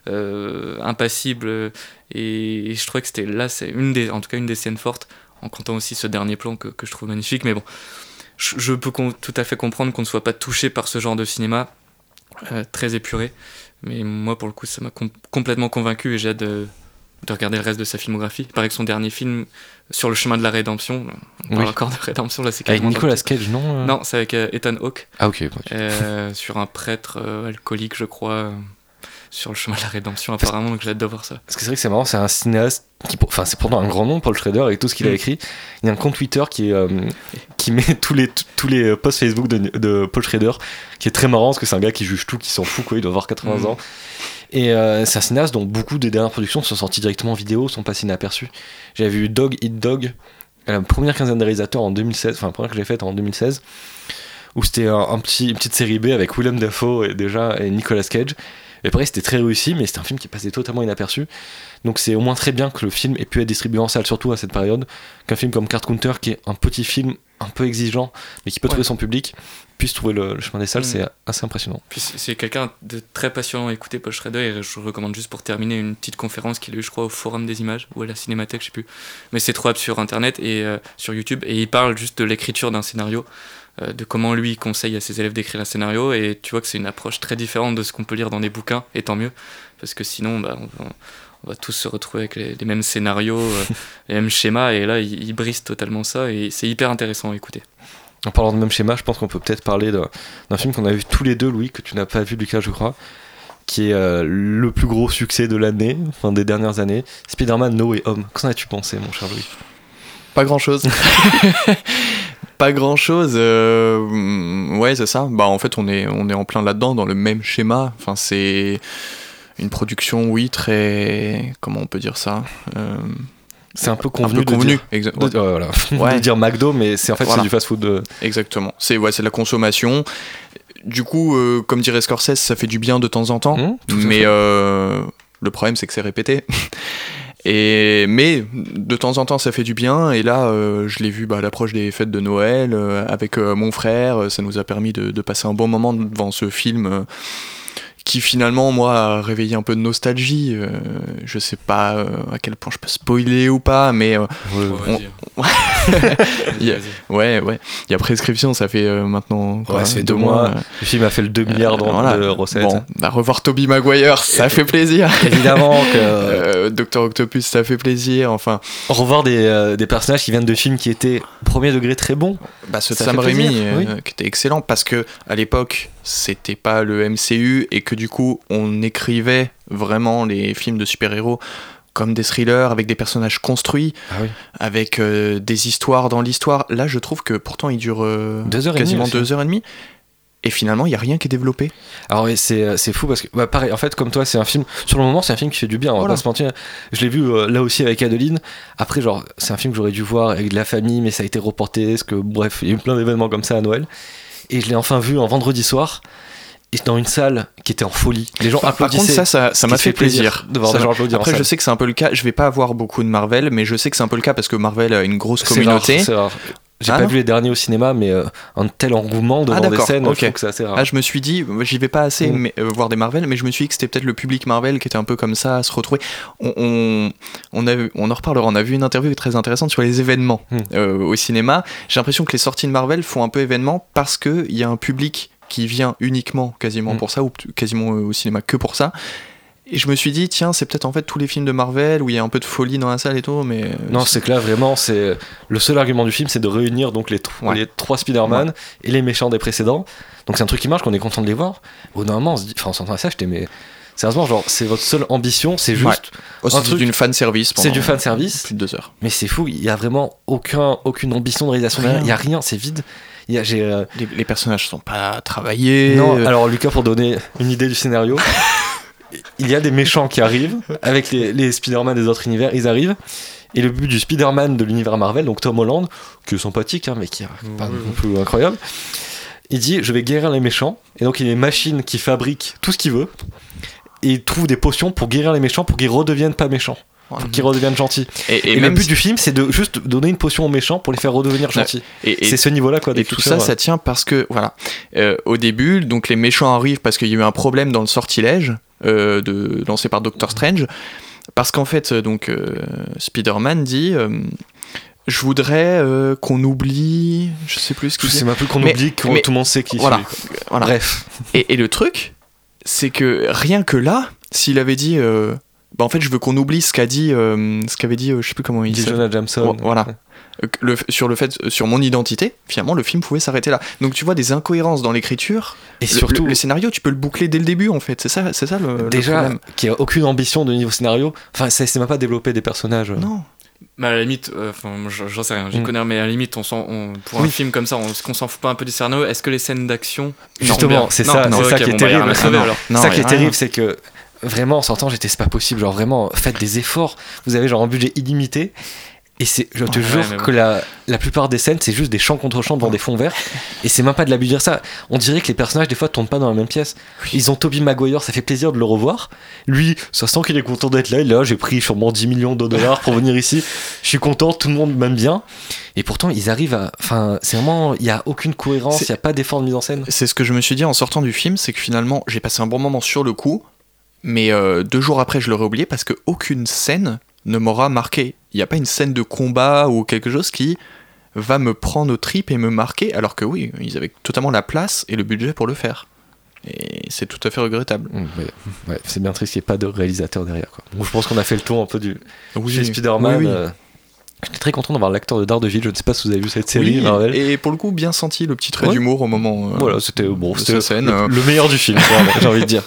impassible, et je trouvais que c'était là, c'est une des scènes fortes, en comptant aussi ce dernier plan que je trouve magnifique, mais bon. je peux tout à fait comprendre qu'on ne soit pas touché par ce genre de cinéma très épuré, mais moi pour le coup ça m'a complètement convaincu et j'ai hâte de regarder le reste de sa filmographie. Il paraît que son dernier film, Sur le chemin de la rédemption, on parle encore de rédemption là, c'est avec Nicolas Cage, non Non, c'est avec Ethan Hawke. Ah ok. Sur un prêtre alcoolique, je crois, sur le chemin de la rédemption apparemment, donc j'ai hâte de voir ça. Parce que c'est vrai que c'est marrant, c'est un cinéaste enfin c'est pourtant un grand nom, Paul Schrader, avec tout ce qu'il a écrit. Il y a un compte Twitter qui met tous les posts Facebook de Paul Schrader, qui est très marrant parce que c'est un gars qui juge tout, qui s'en fout quoi, il doit avoir 80 ans. Et c'est un cinéaste dont beaucoup des dernières productions sont sorties directement en vidéo, sont passées inaperçues. J'avais vu Dog Eat Dog, la première quinzaine de réalisateurs en 2016, enfin la première que j'ai faite en 2016, où c'était une petite série B avec Willem Dafoe et Nicolas Cage. Et pareil, c'était très réussi, mais c'était un film qui passait totalement inaperçu. Donc c'est au moins très bien que le film ait pu être distribué en salle, surtout à cette période, qu'un film comme Card Counter, qui est un petit film un peu exigeant, mais qui peut trouver son public, puisse trouver le chemin des salles. C'est assez impressionnant. Puis c'est quelqu'un de très passionnant à écouter, Paul Schrader, et je recommande juste pour terminer une petite conférence qu'il a eu, je crois, au Forum des Images, ou à la Cinémathèque, je sais plus. Mais c'est trouvable sur Internet et sur YouTube, et il parle juste de l'écriture d'un scénario, de comment lui conseille à ses élèves d'écrire un scénario, et tu vois que c'est une approche très différente de ce qu'on peut lire dans des bouquins, et tant mieux, parce que sinon on va tous se retrouver avec les mêmes scénarios, les mêmes schémas, et là il brise totalement ça, et c'est hyper intéressant à écouter. En parlant de même schéma, je pense qu'on peut peut-être parler d'un film qu'on a vu tous les deux, Louis, que tu n'as pas vu, Lucas, je crois, qui est le plus gros succès de l'année, enfin des dernières années, Spider-Man No Way Home. Qu'en as-tu pensé, mon cher Louis ? Pas grand-chose. Pas grand-chose. Ouais, c'est ça. Bah, en fait, on est en plein là-dedans, dans le même schéma. Enfin, c'est une production, oui, très... Comment on peut dire ça c'est un peu convenu. De dire McDo, mais c'est du fast-food. Exactement. C'est de la consommation. Du coup, comme dirait Scorsese, ça fait du bien de temps en temps. Mais le problème, c'est que c'est répété. Mais de temps en temps ça fait du bien, et là je l'ai vu à l'approche des fêtes de Noël avec mon frère. Ça nous a permis de passer un bon moment devant ce film qui finalement moi a réveillé un peu de nostalgie. Je sais pas à quel point je peux spoiler ou pas, mais il y a prescription, ça fait maintenant ça fait 2 mois. Le film a fait le 2 milliards de recettes. Bon, revoir Tobey Maguire, ça fait plaisir. Évidemment que Dr Octopus, ça fait plaisir. Enfin, revoir des personnages qui viennent de films qui étaient premier degré très bons. Ce Sam Raimi qui était excellent, parce que à l'époque c'était pas le MCU, et que du coup on écrivait vraiment les films de super-héros comme des thrillers avec des personnages construits, avec des histoires dans l'histoire. Là je trouve que pourtant il dure quasiment 2h30, et finalement il n'y a rien qui est développé. Alors oui, c'est fou parce que pareil, en fait comme toi, c'est un film, sur le moment c'est un film qui fait du bien, on va pas se mentir. Je l'ai vu là aussi avec Adeline. Après c'est un film que j'aurais dû voir avec de la famille, mais ça a été reporté parce que bref, il y a eu plein d'événements comme ça à Noël, et je l'ai enfin vu un vendredi soir, et dans une salle qui était en folie. Les gens applaudissaient. Par contre, ça m'a fait plaisir de voir des gens applaudir. Après, je sais que c'est un peu le cas. Je vais pas avoir beaucoup de Marvel, mais je sais que c'est un peu le cas parce que Marvel a une grosse communauté. C'est rare. J'ai pas vu les derniers au cinéma, mais un tel engouement devant des scènes, je trouve que c'est assez rare. Je me suis dit, j'y vais pas assez voir des Marvel, mais je me suis dit que c'était peut-être le public Marvel qui était un peu comme ça, à se retrouver. On en reparlera. On a vu une interview très intéressante sur les événements au cinéma. J'ai l'impression que les sorties de Marvel font un peu événement parce qu'il y a un public qui vient uniquement quasiment pour ça, ou quasiment au cinéma que pour ça. Et je me suis dit, tiens, c'est peut-être en fait tous les films de Marvel où il y a un peu de folie dans la salle et tout, mais... Non, c'est que là, vraiment, c'est... Le seul argument du film, c'est de réunir donc les 3 Spider-Man et les méchants des précédents. Donc c'est un truc qui marche, qu'on est content de les voir. Au bout d'un moment, on se dit... Enfin, on s'entend à ça, j'étais... Mais... Sérieusement, c'est votre seule ambition, c'est juste... c'est truc... d'une fanservice. C'est du fanservice. Plus de 2 heures. Mais c'est fou, il y a vraiment aucune ambition de réalisation derrière. Il y a rien, c'est vide. Les personnages sont pas travaillés. Non, alors Lucas, pour donner une idée du scénario... Il y a des méchants qui arrivent avec les Spider-Man des autres univers, ils arrivent, et le but du Spider-Man de l'univers Marvel, donc Tom Holland, qui est sympathique mais qui est pas non plus incroyable, il dit je vais guérir les méchants, et donc il y a des machines qui fabriquent tout ce qu'il veut, et il trouve des potions pour guérir les méchants, pour qu'ils redeviennent pas méchants, pour qu'ils redeviennent gentils. Et le but du film, c'est de juste donner une potion aux méchants pour les faire redevenir gentils. Et c'est ce niveau-là quoi. Et tout ça, ça tient parce que voilà, au début, donc les méchants arrivent parce qu'il y a eu un problème dans le sortilège lancé par Doctor Strange, parce qu'en fait donc Spider-Man dit Je voudrais qu'on oublie, je sais plus ce qu'il dit. C'est un peu qu'on oublie, tout le monde sait qui voilà, suis. Voilà. Bref. Et le truc, c'est que rien que là, s'il avait dit, en fait, je veux qu'on oublie ce qu'avait dit, je sais plus comment il dit. Jonah Jameson. Voilà. Sur mon identité, finalement, le film pouvait s'arrêter là. Donc tu vois des incohérences dans l'écriture. Et surtout, le scénario, tu peux le boucler dès le début, en fait. C'est ça le problème. Qu'il n'y a aucune ambition de niveau scénario. Enfin, c'est même pas développer des personnages. Non. Mais à la limite, j'en sais rien, j'y connais, mais à la limite, pour un film comme ça, qu'on s'en fout pas un peu du scénario, est-ce que les scènes d'action. Justement, c'est ça qui est terrible. C'est ça qui est terrible, c'est que vraiment en sortant, j'étais, c'est pas possible, genre vraiment, faites des efforts. Vous avez genre un budget illimité. Et je te jure que la plupart des scènes, c'est juste des chants contre chants devant des fonds verts. Et c'est même pas de l'abus de dire ça. On dirait que les personnages, des fois, tournent pas dans la même pièce. Ils ont Tobey Maguire, ça fait plaisir de le revoir. Lui, ça sent qu'il est content d'être là. Il est là, j'ai pris sûrement 10 millions de dollars pour venir ici. Je suis content, tout le monde m'aime bien. Et pourtant, ils arrivent à. Enfin, c'est vraiment. Il n'y a aucune cohérence, il n'y a pas d'effort de mise en scène. C'est ce que je me suis dit en sortant du film, c'est que finalement, j'ai passé un bon moment sur le coup. Mais 2 jours après, je l'aurais oublié parce qu'aucune scène ne m'aura marqué. Il n'y a pas une scène de combat ou quelque chose qui va me prendre aux tripes et me marquer, alors que oui, ils avaient totalement la place et le budget pour le faire. Et c'est tout à fait regrettable. Ouais, c'est bien triste qu'il n'y ait pas de réalisateur derrière, quoi. Donc, je pense qu'on a fait le tour un peu du chez Spider-Man. Oui. J'étais très content d'avoir l'acteur de Daredevil. Je ne sais pas si vous avez vu cette série, Marvel. Et pour le coup, bien senti le petit trait d'humour au moment. Voilà, c'était cette scène. Le meilleur du film, j'ai envie de dire.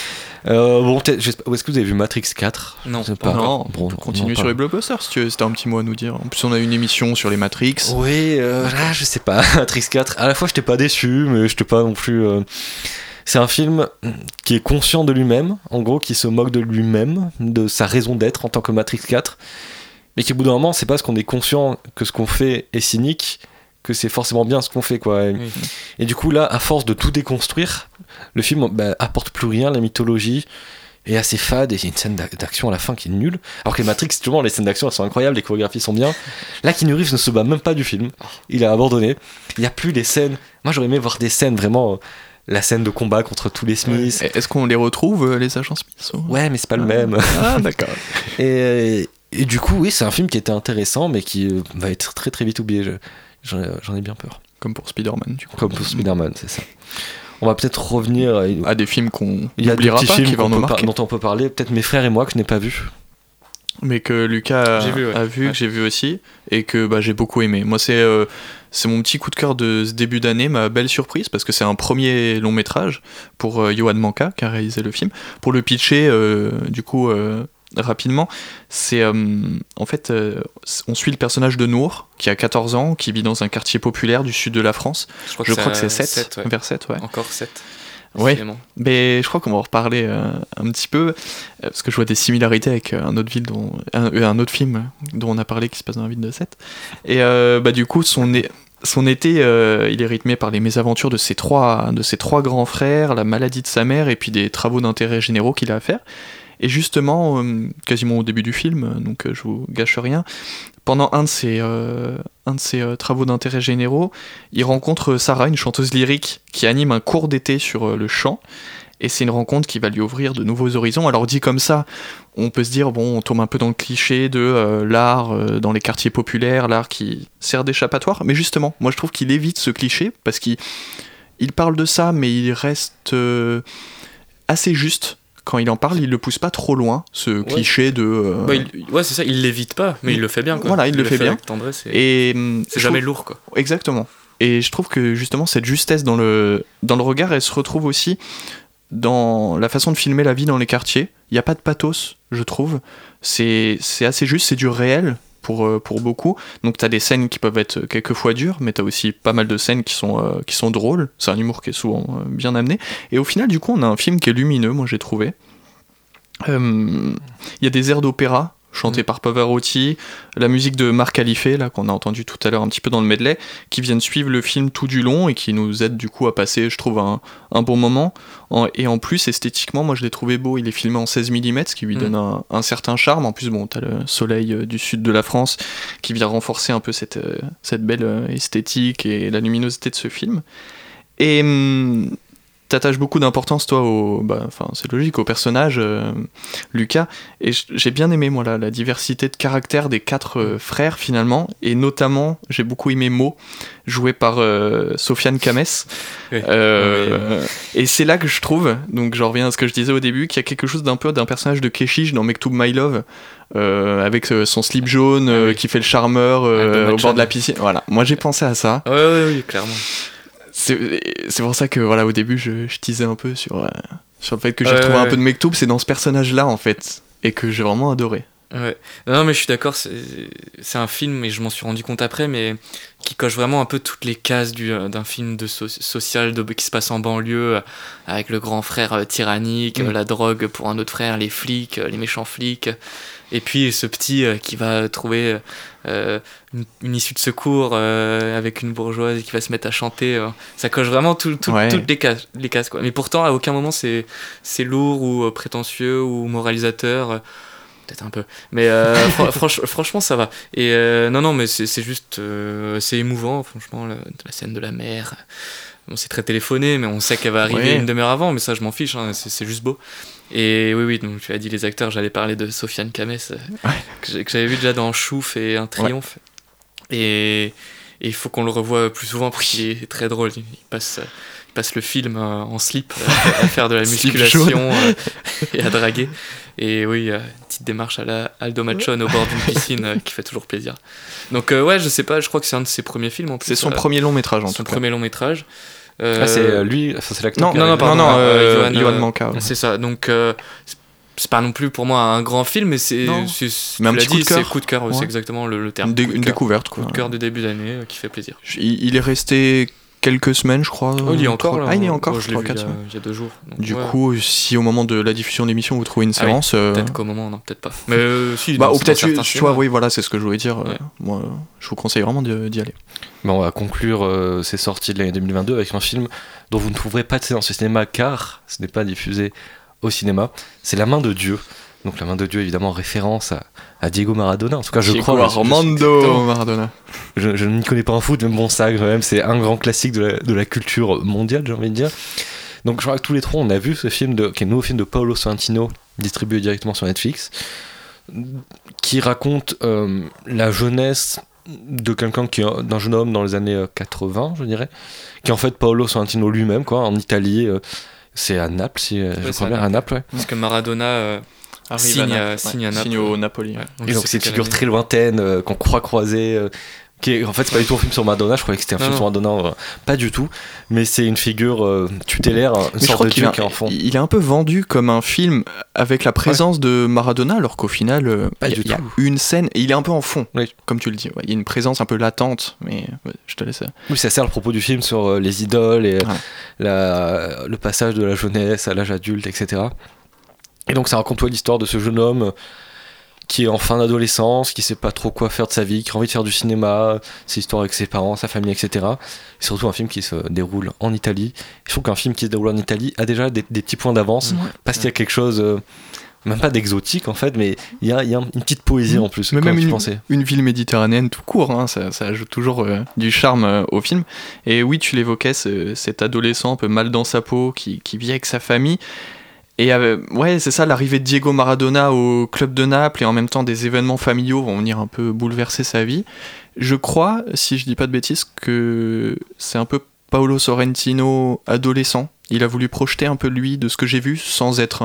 Est-ce que vous avez vu Matrix 4? Non, pas. Non, on peut continuer sur les blockbusters si tu veux, c'était un petit mot à nous dire. En plus, on a une émission sur les Matrix. Oui, là, je sais pas. Matrix 4, à la fois, j'étais pas déçu, mais j'étais pas non plus. C'est un film qui est conscient de lui-même, en gros, qui se moque de lui-même, de sa raison d'être en tant que Matrix 4, mais qui, au bout d'un moment, c'est parce qu'on est conscient que ce qu'on fait est cynique, que c'est forcément bien ce qu'on fait, quoi. Et du coup, là, à force de tout déconstruire, le film apporte plus rien, la mythologie est assez fade, et il y a une scène d'action à la fin qui est nulle. Alors que les Matrix, justement, les scènes d'action, elles sont incroyables, les chorégraphies sont bien. Là, Keanu Reeves ne se bat même pas du film. Il a abandonné. Il n'y a plus les scènes. Moi, j'aurais aimé voir des scènes vraiment. La scène de combat contre tous les Smiths. Est-ce qu'on les retrouve, les agents Smiths Ouais, mais c'est pas le même. Ah, d'accord. Et du coup, oui, c'est un film qui était intéressant, mais qui va être très très vite oublié. J'en ai bien peur. Comme pour Spider-Man, du coup. Comme pour Spider-Man, c'est ça. On va peut-être revenir à des films qu'on n'oubliera pas, qui vont nous marquer. Dont on peut parler. Peut-être Mes frères et moi, que je n'ai pas vu. Mais que Lucas a vu, que j'ai vu aussi, et que j'ai beaucoup aimé. Moi, c'est mon petit coup de cœur de ce début d'année, ma belle surprise, parce que c'est un premier long métrage pour Yoan Manka, qui a réalisé le film. Pour le pitcher, rapidement, c'est en fait on suit le personnage de Nour qui a 14 ans, qui vit dans un quartier populaire du sud de la France. Je crois que c'est 7, vers 7, ouais. Encore 7. Ouais, mais je crois qu'on va en reparler un petit peu parce que je vois des similarités avec un autre film dont on a parlé qui se passe dans la ville de 7. Et du coup son été, il est rythmé par les mésaventures de ses trois grands frères, la maladie de sa mère et puis des travaux d'intérêt généraux qu'il a à faire. Et justement, quasiment au début du film, donc je vous gâche rien, pendant un de ces travaux d'intérêt généraux, il rencontre Sarah, une chanteuse lyrique qui anime un cours d'été sur le chant. Et c'est une rencontre qui va lui ouvrir de nouveaux horizons. Alors dit comme ça, on peut se dire, on tombe un peu dans le cliché de l'art dans les quartiers populaires, l'art qui sert d'échappatoire. Mais justement, moi je trouve qu'il évite ce cliché, parce qu'il parle de ça, mais il reste assez juste. Quand il en parle, il le pousse pas trop loin, ce cliché de... c'est ça, il l'évite pas, mais il le fait bien, quoi. Voilà, il le fait bien. Avec tendresse et c'est jamais lourd, quoi. Exactement. Et je trouve que justement, cette justesse dans le regard, elle se retrouve aussi dans la façon de filmer la vie dans les quartiers. Il n'y a pas de pathos, je trouve. C'est assez juste, c'est du réel pour beaucoup. Donc t'as des scènes qui peuvent être quelquefois dures, mais t'as aussi pas mal de scènes qui sont drôles. C'est un humour qui est souvent bien amené. Et au final, du coup, on a un film qui est lumineux, moi j'ai trouvé. Il y a des airs d'opéra chantés par Pavarotti, la musique de Marc Khalife, là, qu'on a entendu tout à l'heure un petit peu dans le medley, qui viennent suivre le film tout du long et qui nous aident du coup à passer, je trouve, un bon moment. Et en plus, esthétiquement, moi je l'ai trouvé beau. Il est filmé en 16 mm, ce qui lui donne un certain charme. En plus, t'as le soleil du sud de la France qui vient renforcer un peu cette belle esthétique et la luminosité de ce film. Et t'attaches beaucoup d'importance, toi, c'est logique, au personnage, Lucas. Et j'ai bien aimé, moi, la diversité de caractère des 4 frères, finalement. Et notamment, j'ai beaucoup aimé Mo, joué par Sofiane Kames. Oui. Et c'est là que je trouve, donc j'en reviens à ce que je disais au début, qu'il y a quelque chose d'un personnage de Keshish dans Mektoub My Love, avec son slip jaune qui fait le charmeur au bord de la piscine. Voilà, moi j'ai pensé à ça. Oui, clairement. C'est pour ça que au début je teasais un peu sur le fait que j'ai retrouvé un peu de Mektoub, c'est dans ce personnage-là en fait, et que j'ai vraiment adoré. Ouais. Non, mais je suis d'accord, c'est un film, et je m'en suis rendu compte après, mais qui coche vraiment un peu toutes les cases d'un film social qui se passe en banlieue, avec le grand frère tyrannique, la drogue pour un autre frère, les flics, les méchants flics, et puis ce petit qui va trouver une issue de secours avec une bourgeoise qui va se mettre à chanter. Ça coche vraiment toutes les cases, quoi. Mais pourtant, à aucun moment c'est lourd ou prétentieux ou moralisateur. Peut-être un peu, mais franchement ça va. Et non, mais c'est juste c'est émouvant, franchement, la scène de la mère. Bon, c'est très téléphoné, mais on sait qu'elle va arriver une demi-heure avant, mais ça je m'en fiche, hein, c'est juste beau. Et oui, donc tu as dit les acteurs, j'allais parler de Sofiane Kames, que j'avais vu déjà dans Chouf et Un Triomphe. Et il faut qu'on le revoie plus souvent parce qu'il est très drôle. Il passe le film en slip à faire de la musculation et à draguer. Et oui, petite démarche à la Aldo Machon au bord d'une piscine qui fait toujours plaisir. Donc je sais pas, je crois que c'est un de ses premiers films en plus. C'est son premier long métrage en tout cas. Son premier long métrage. C'est lui, c'est l'acteur. Non, pardon. Johan Manca. C'est ça, donc c'est pas non plus pour moi un grand film, mais c'est un petit coup de cœur. C'est coup de cœur, c'est exactement le terme. Une découverte, quoi. Coup de cœur de début d'année qui fait plaisir. Il est resté quelques semaines, je crois. Il y a encore là. Il y a encore, je l'ai vu il y a 2 jours. Donc, du coup, si au moment de la diffusion de l'émission vous trouvez une séance, peut-être qu'au moment, non, peut-être pas. Mais si. Ou peut-être, tu vois, oui, voilà, c'est ce que je voulais dire. Moi, je vous conseille vraiment d'y aller. On va conclure ces sorties de l'année 2022 avec un film dont vous ne trouverez pas de séance au cinéma car ce n'est pas diffusé au cinéma. C'est La Main de Dieu. Donc La Main de Dieu, évidemment, référence à Diego Maradona. En tout cas, je crois. Armando Maradona. Je ne m'y connais pas en foot, mais bon, ça, quand même, c'est un grand classique de la culture mondiale, j'ai envie de dire. Donc, je crois que tous les 3, on a vu ce film, qui est le nouveau film de Paolo Sorrentino, distribué directement sur Netflix, qui raconte la jeunesse de quelqu'un d'un jeune homme dans les années 80, je dirais, qui est en fait Paolo Sorrentino lui-même, quoi, en Italie. C'est à Naples, je crois bien, à Naples, Parce que Maradona signe à Naples. Signe au Napoli. Et donc c'est une figure très lointaine qu'on croit croiser, en fait c'est pas du tout un film sur Madonna, je croyais que c'était un film sur Madonna, pas du tout, mais c'est une figure tutélaire, une sorte de dieu qui est en fond. Il est un peu vendu comme un film avec la présence de Maradona, alors qu'au final il y a une scène, et il est un peu en fond, comme tu le dis, il y a une présence un peu latente, mais je te laisse. Oui, ça sert le propos du film sur les idoles et le passage de la jeunesse à l'âge adulte, etc. Et donc ça raconte l'histoire de ce jeune homme qui est en fin d'adolescence, qui sait pas trop quoi faire de sa vie, qui a envie de faire du cinéma, ses histoires avec ses parents, sa famille, etc. Et surtout un film qui se déroule en Italie. Je trouve qu'un film qui se déroule en Italie a déjà des petits points d'avance, parce qu'il y a quelque chose, même pas d'exotique en fait, mais il y a une petite poésie en plus. Mais même une ville méditerranéenne tout court, ça ajoute toujours du charme au film. Et oui, tu l'évoquais, cet adolescent un peu mal dans sa peau, qui vit avec sa famille. Et c'est ça, l'arrivée de Diego Maradona au club de Naples et en même temps des événements familiaux vont venir un peu bouleverser sa vie. Je crois, si je dis pas de bêtises, que c'est un peu Paolo Sorrentino adolescent. Il a voulu projeter un peu lui de ce que j'ai vu sans être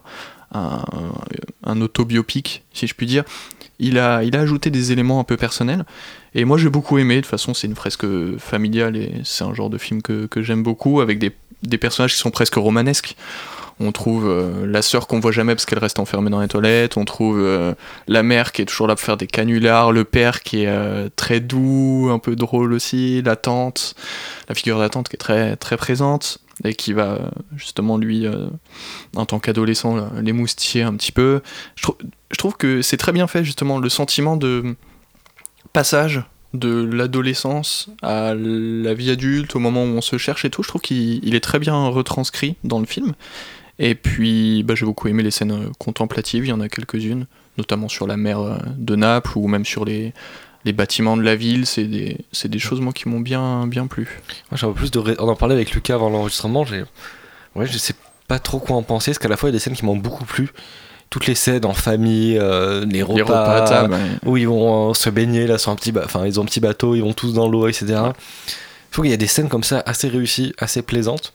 un autobiopic, si je puis dire. Il a ajouté des éléments un peu personnels et moi j'ai beaucoup aimé. De toute façon, c'est une fresque familiale et c'est un genre de film que j'aime beaucoup, avec des personnages qui sont presque romanesques. On trouve la sœur qu'on voit jamais parce qu'elle reste enfermée dans les toilettes. On trouve la mère qui est toujours là pour faire des canulars. Le père qui est très doux, un peu drôle aussi. La tante, la figure de la tante qui est très, très présente et qui va justement lui, en tant qu'adolescent, l'émoustiller un petit peu. Je trouve que c'est très bien fait justement, le sentiment de passage de l'adolescence à la vie adulte, au moment où on se cherche et tout. Je trouve qu'il est très bien retranscrit dans le film. Et puis j'ai beaucoup aimé les scènes contemplatives, il y en a quelques-unes, notamment sur la mer de Naples ou même sur les bâtiments de la ville. C'est des choses moi qui m'ont bien plu. Moi j'avais plus on en parlait avec Lucas avant l'enregistrement, Ouais, je sais pas trop quoi en penser, parce qu'à la fois il y a des scènes qui m'ont beaucoup plu. Toutes les scènes en famille, les repas à table, où ils vont se baigner là sur ils ont un petit bateau, ils vont tous dans l'eau, etc. Je trouve qu'il y a des scènes comme ça assez réussies, assez plaisantes,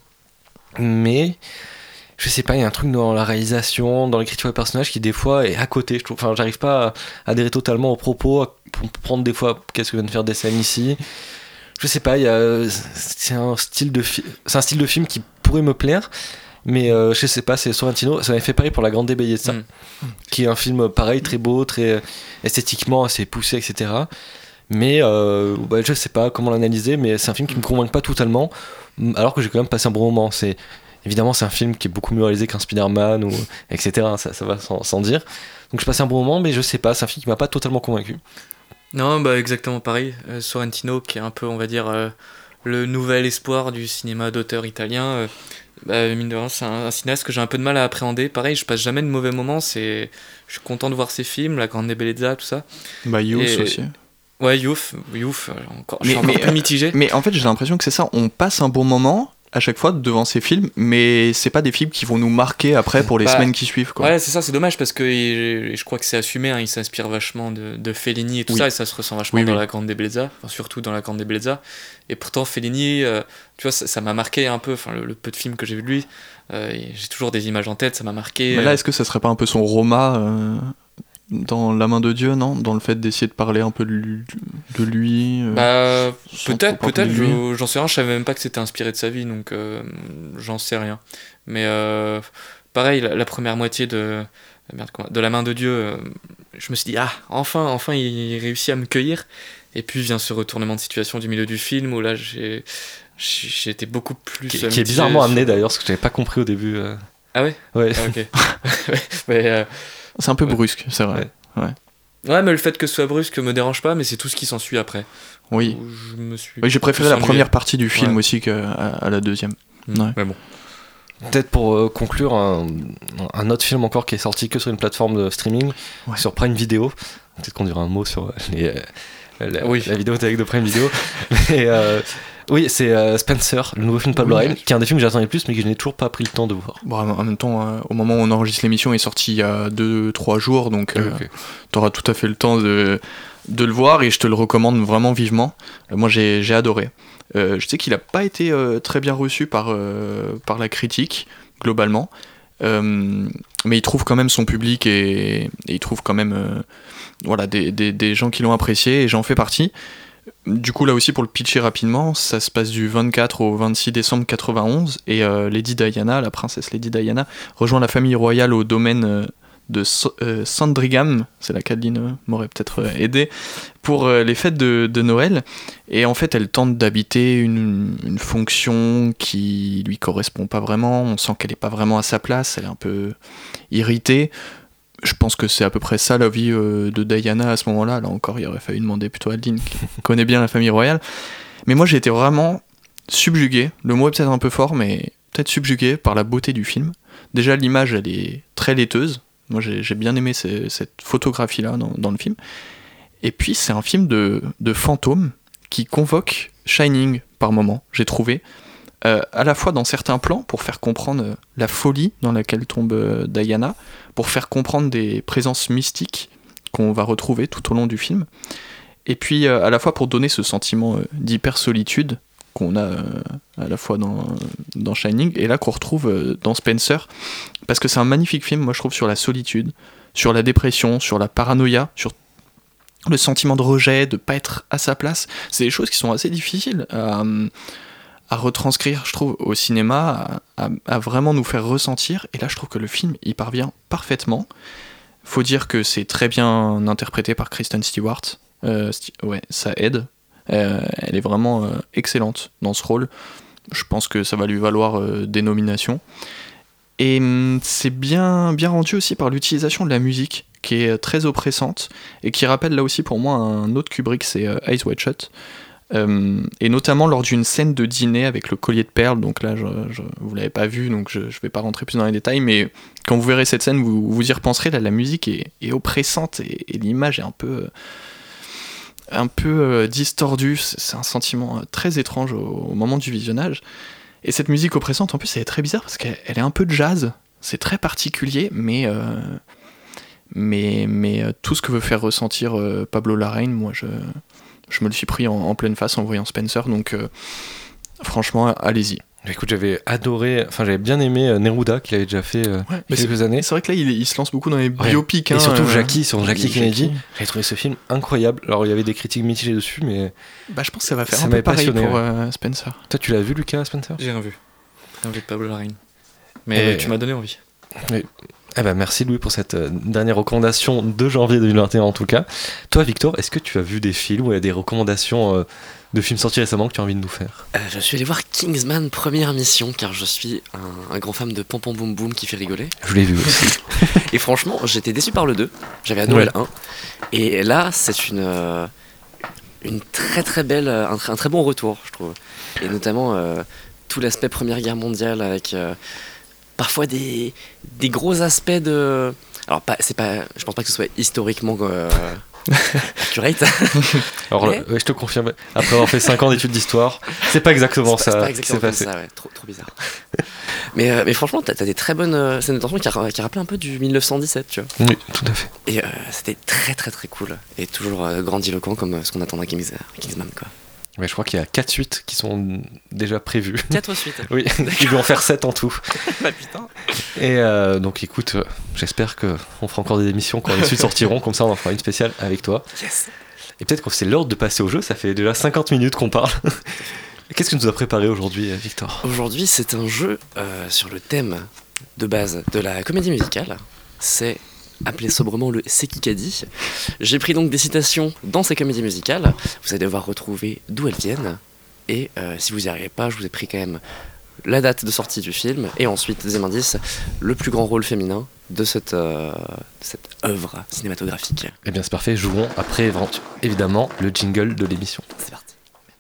mais je sais pas, il y a un truc dans la réalisation, dans l'écriture des personnages qui des fois est à côté. Je trouve, j'arrive pas à adhérer totalement aux propos, à comprendre des fois qu'est-ce que vient de faire des scènes ici. Je sais pas, c'est un style de film qui pourrait me plaire. Mais je sais pas, c'est Sorrentino, ça m'avait fait pareil pour La Grande Bellezza, qui est un film pareil, très beau, très esthétiquement assez poussé, etc. Mais je sais pas comment l'analyser, mais c'est un film qui me convainc pas totalement, alors que j'ai quand même passé un bon moment. Évidemment, c'est un film qui est beaucoup mieux réalisé qu'un Spider-Man, etc. Ça va sans dire. Donc je passais un bon moment, mais je sais pas, c'est un film qui m'a pas totalement convaincu. Non, exactement pareil. Sorrentino, qui est un peu, on va dire, le nouvel espoir du cinéma d'auteur italien. Mine de rien, c'est un cinéaste que j'ai un peu de mal à appréhender. Pareil, je passe jamais de mauvais moments. Je suis content de voir ses films, La Grande Bellezza, tout ça. Youth aussi. Ouais, Youth, je suis encore plus mitigé. Mais en fait, j'ai l'impression que c'est ça. On passe un bon moment à chaque fois devant ces films, mais c'est pas des films qui vont nous marquer après pour les semaines qui suivent, quoi. Ouais, c'est ça, c'est dommage parce que je crois que c'est assumé, il s'inspire vachement de Fellini et tout ça, et ça se ressent vachement dans La Grande Bellezza, surtout dans La Grande Bellezza. Et pourtant, Fellini, tu vois, ça m'a marqué un peu, le peu de films que j'ai vu de lui, j'ai toujours des images en tête, ça m'a marqué. Mais là, est-ce que ça serait pas un peu son Roma dans La Main de Dieu, non ? Dans le fait d'essayer de parler un peu de lui peut-être, j'en sais rien, je savais même pas que c'était inspiré de sa vie, donc j'en sais rien. Mais pareil, la première moitié de La Main de Dieu, je me suis dit, enfin il réussit à me cueillir. Et puis vient ce retournement de situation du milieu du film, où là j'ai été beaucoup plus... Qui est bizarrement amené d'ailleurs, parce que j'avais pas compris au début. Ah ouais ? Ouais. Ah, ok. Mais, c'est un peu brusque, c'est vrai. Ouais, mais le fait que ce soit brusque me dérange pas, mais c'est tout ce qui s'ensuit après. Oui. J'ai préféré la première partie du film aussi qu'à la deuxième. Ouais. Mais bon. Peut-être pour conclure, un autre film encore qui est sorti que sur une plateforme de streaming, sur Prime Video. Peut-être qu'on dira un mot sur la vidéothèque de Prime Video. Mais oui, c'est Spencer, le nouveau film de Pablo Larraín, qui est un des films que j'attendais le plus, mais que je n'ai toujours pas pris le temps de voir. Bon, en même temps, au moment où on enregistre l'émission, il est sorti il y a 2-3 jours, donc t'auras tout à fait le temps de le voir, et je te le recommande vraiment vivement. Moi, j'ai adoré. Je sais qu'il n'a pas été très bien reçu par la critique, globalement, mais il trouve quand même son public, et il trouve quand même des gens qui l'ont apprécié, et j'en fais partie. Du coup, là aussi, pour le pitcher rapidement, ça se passe du 24 au 26 décembre 91, et Lady Diana, la princesse Lady Diana, rejoint la famille royale au domaine de Sandringham, c'est là qu'Adeline m'aurait peut-être aidé, pour les fêtes de Noël. Et en fait, elle tente d'habiter une fonction qui lui correspond pas vraiment, on sent qu'elle est pas vraiment à sa place, elle est un peu irritée. Je pense que c'est à peu près ça la vie de Diana à ce moment-là. Là encore, il aurait fallu demander plutôt à Adeline, qui connaît bien la famille royale. Mais moi, j'ai été vraiment subjugué. Le mot est peut-être un peu fort, mais peut-être subjugué par la beauté du film. Déjà, l'image, elle est très laiteuse. Moi, j'ai bien aimé cette photographie-là dans le film. Et puis, c'est un film de fantôme qui convoque Shining par moment, j'ai trouvé. À la fois dans certains plans, pour faire comprendre la folie dans laquelle tombe Diana, pour faire comprendre des présences mystiques qu'on va retrouver tout au long du film, et puis à la fois pour donner ce sentiment d'hyper-solitude qu'on a à la fois dans Shining, et là qu'on retrouve dans Spencer, parce que c'est un magnifique film, moi je trouve, sur la solitude, sur la dépression, sur la paranoïa, sur le sentiment de rejet, de pas être à sa place. C'est des choses qui sont assez difficiles à retranscrire, je trouve, au cinéma, à vraiment nous faire ressentir, et là je trouve que le film y parvient parfaitement. Faut dire que c'est très bien interprété par Kristen Stewart, ça aide, elle est vraiment excellente dans ce rôle, je pense que ça va lui valoir des nominations, et c'est bien rendu aussi par l'utilisation de la musique, qui est très oppressante, et qui rappelle là aussi pour moi un autre Kubrick, c'est Eyes Wide Shut, et notamment lors d'une scène de dîner avec le collier de perles. Donc là vous l'avez pas vu, donc je vais pas rentrer plus dans les détails, mais quand vous verrez cette scène, vous y repenserez. Là, la musique est oppressante, et l'image est un peu distordue. C'est un sentiment très étrange au moment du visionnage, Et cette musique oppressante, en plus, elle est très bizarre parce qu'elle est un peu jazz. C'est très particulier, mais tout ce que veut faire ressentir Pablo Larraín, moi, je me le suis pris en pleine face en voyant Spencer. Donc, franchement, allez-y. Écoute, j'avais bien aimé Neruda qu'il avait déjà fait quelques années. C'est vrai que là, il se lance beaucoup dans les biopics. Et surtout Jackie Kennedy. J'ai trouvé ce film incroyable. Alors, il y avait des critiques mitigées dessus, mais. Je pense que ça va faire un peu pareil pour Spencer. Toi, tu l'as vu, Lucas, Spencer ? J'ai rien vu. Rien vu de Pablo Larraín. Mais tu m'as donné envie. Oui. Merci Louis pour cette dernière recommandation de janvier 2021 en tout cas. Toi, Victor, est-ce que tu as vu des films ou des recommandations de films sortis récemment que tu as envie de nous faire ? Je suis allé voir Kingsman première mission car je suis un grand fan de Pom Pom Boum Boum qui fait rigoler. Je l'ai vu aussi. Et franchement, j'étais déçu par le 2. J'avais adoré le 1. Et là, c'est une très très belle, un très bon retour, je trouve. Et notamment tout l'aspect Première Guerre mondiale avec parfois des gros aspects de. Alors je pense pas que ce soit historiquement accurate. Alors je te confirme, après avoir fait 5 ans d'études d'histoire, c'est pas exactement ça. C'est pas exactement comme ça, ouais. Trop bizarre. mais franchement, t'as des très bonnes scènes de tension qui rappellent un peu du 1917, tu vois. Oui, tout à fait. Et c'était très très très cool. Et toujours grandiloquent comme ce qu'on attend d'un Kingsman, quoi. Mais je crois qu'il y a 4 suites qui sont déjà prévues. 4 suites. Oui, ils vont en faire 7 en tout. Bah putain. Et donc écoute, j'espère qu'on fera encore des émissions quand les suites sortiront, comme ça on en fera une spéciale avec toi. Yes. Et peut-être que c'est l'heure de passer au jeu, ça fait déjà 50 minutes qu'on parle. Qu'est-ce que tu nous as préparé aujourd'hui, Victor ? Aujourd'hui, c'est un jeu sur le thème de base de la comédie musicale. C'est appelé sobrement le Sekikadi. J'ai pris donc des citations dans ces comédies musicales. Vous allez devoir retrouver d'où elles viennent. Et si vous n'y arrivez pas, je vous ai pris quand même la date de sortie du film. Et ensuite, deuxième indice, le plus grand rôle féminin de cette œuvre cinématographique. Eh bien, c'est parfait. Jouons après, évidemment, le jingle de l'émission. C'est parti.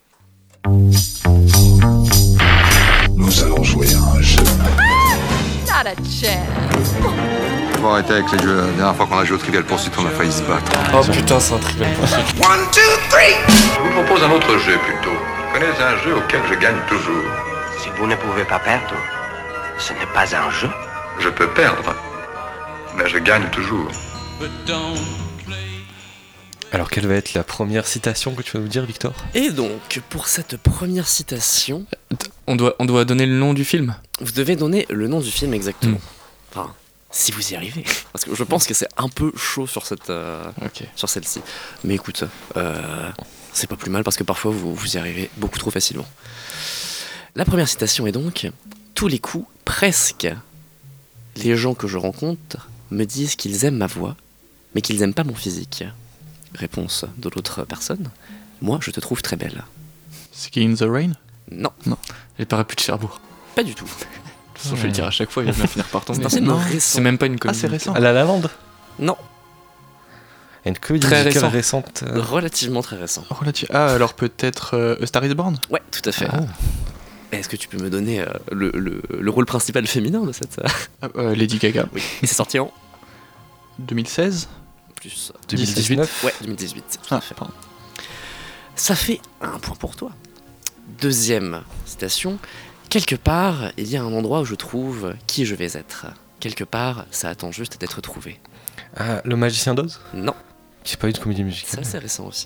Nous allons jouer à un jeu. Not a chance. Faut arrêter avec les jeux. La dernière fois qu'on a joué au Trivial Pursuit, on a failli se battre. Oh putain, c'est un Trivial Pursuit. 1, 2, 3. Je vous propose un autre jeu plutôt. Vous connaissez un jeu auquel je gagne toujours. Si vous ne pouvez pas perdre, ce n'est pas un jeu. Je peux perdre, mais je gagne toujours. Alors, quelle va être la première citation que tu vas nous dire, Victor ? Et donc, pour cette première citation... On doit donner le nom du film ? Vous devez donner le nom du film exactement. Enfin, si vous y arrivez. Parce que je pense que c'est un peu chaud sur sur celle-ci. Mais écoute, c'est pas plus mal parce que parfois vous y arrivez beaucoup trop facilement. La première citation est donc « Tous les coups, presque, les gens que je rencontre me disent qu'ils aiment ma voix, mais qu'ils n'aiment pas mon physique. » Réponse de l'autre personne « Moi, je te trouve très belle. » Singing in the Rain ? Non. Les parapluies de Cherbourg. Pas du tout. De toute façon, je vais le dire à chaque fois, il va bien finir par tomber. C'est même pas une comédie. Ah, c'est récent. La La Land ? Non. Une comédie musicale récente. Relativement très récent. Alors peut-être A Star is Born ? Ouais, tout à fait. Est-ce que tu peux me donner le rôle principal féminin de cette... Lady Gaga. Oui. Et c'est sorti en 2016 ? Plus 2019 Ouais, 2018. Tout à fait. Ça fait un point pour toi. Deuxième citation. Quelque part, il y a un endroit où je trouve qui je vais être. Quelque part, ça attend juste d'être trouvé. Ah, Le Magicien d'Oz ? Non. C'est pas une comédie musicale. C'est assez récent aussi.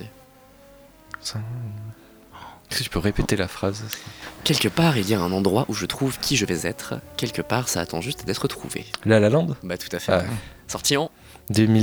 Est-ce que tu peux répéter la phrase ? Quelque part, il y a un endroit où je trouve qui je vais être. Quelque part, ça attend juste d'être trouvé. La La Land ? Bah tout à fait. Sorti en 2017 ?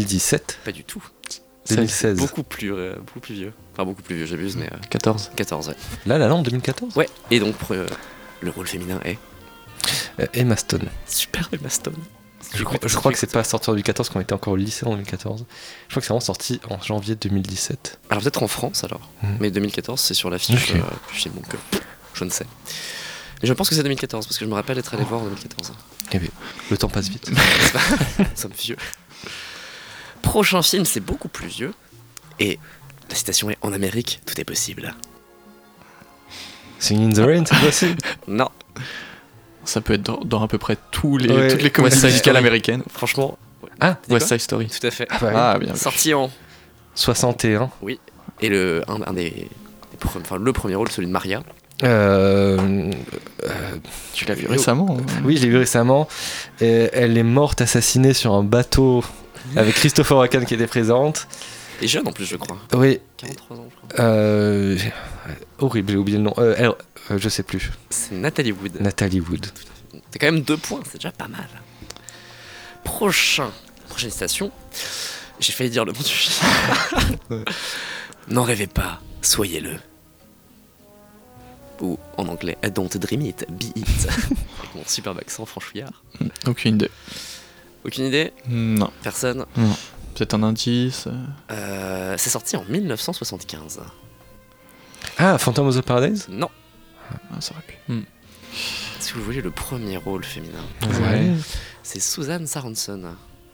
Pas du tout. 2016. Beaucoup plus vieux. Enfin, beaucoup plus vieux, j'abuse, mais... 14, ouais. La La Land 2014 ? Ouais, et donc, le rôle féminin est... Emma Stone. Super Emma Stone. Je crois que c'est pas sorti en 2014, qu'on était encore au lycée en 2014. Je crois que c'est vraiment sorti en janvier 2017. Alors peut-être en France, alors. Mais 2014, c'est sur l'affiche du film, donc je ne sais. Mais je pense que c'est 2014, parce que je me rappelle être allé voir en 2014. Eh bien, le temps passe vite. Nous sommes vieux. Prochain film, c'est beaucoup plus vieux. Et la citation est « En Amérique, tout est possible ». Singing in the Rain, c'est possible ? Non. Ça peut être dans à peu près toutes les comédies musicales américaines. Franchement. Ah, West Side Story. Tout à fait. Bien. Sorti en 61. Oui. Et le premier rôle, celui de Maria. Tu l'as vu récemment hein. Oui, je l'ai vu récemment. Elle est morte assassinée sur un bateau avec Christopher Walken qui était présente. Et jeune en plus, je crois. Oui. 43 ans, je crois. Horrible, j'ai oublié le nom. Je sais plus. C'est Natalie Wood. Natalie Wood. T'as quand même 2 points, c'est déjà pas mal. Prochaine citation. J'ai failli dire le nom du film. N'en rêvez pas, soyez-le. Ou en anglais, don't dream it, be it. Avec mon superbe accent franchouillard. Aucune idée. Aucune idée ? Non. Personne ? Non. Peut-être un indice. C'est sorti en 1975. Ah, Phantom of the Paradise ? Non. Ah, ça aurait pu. Si vous voulez le premier rôle féminin, c'est Susan Sarandson.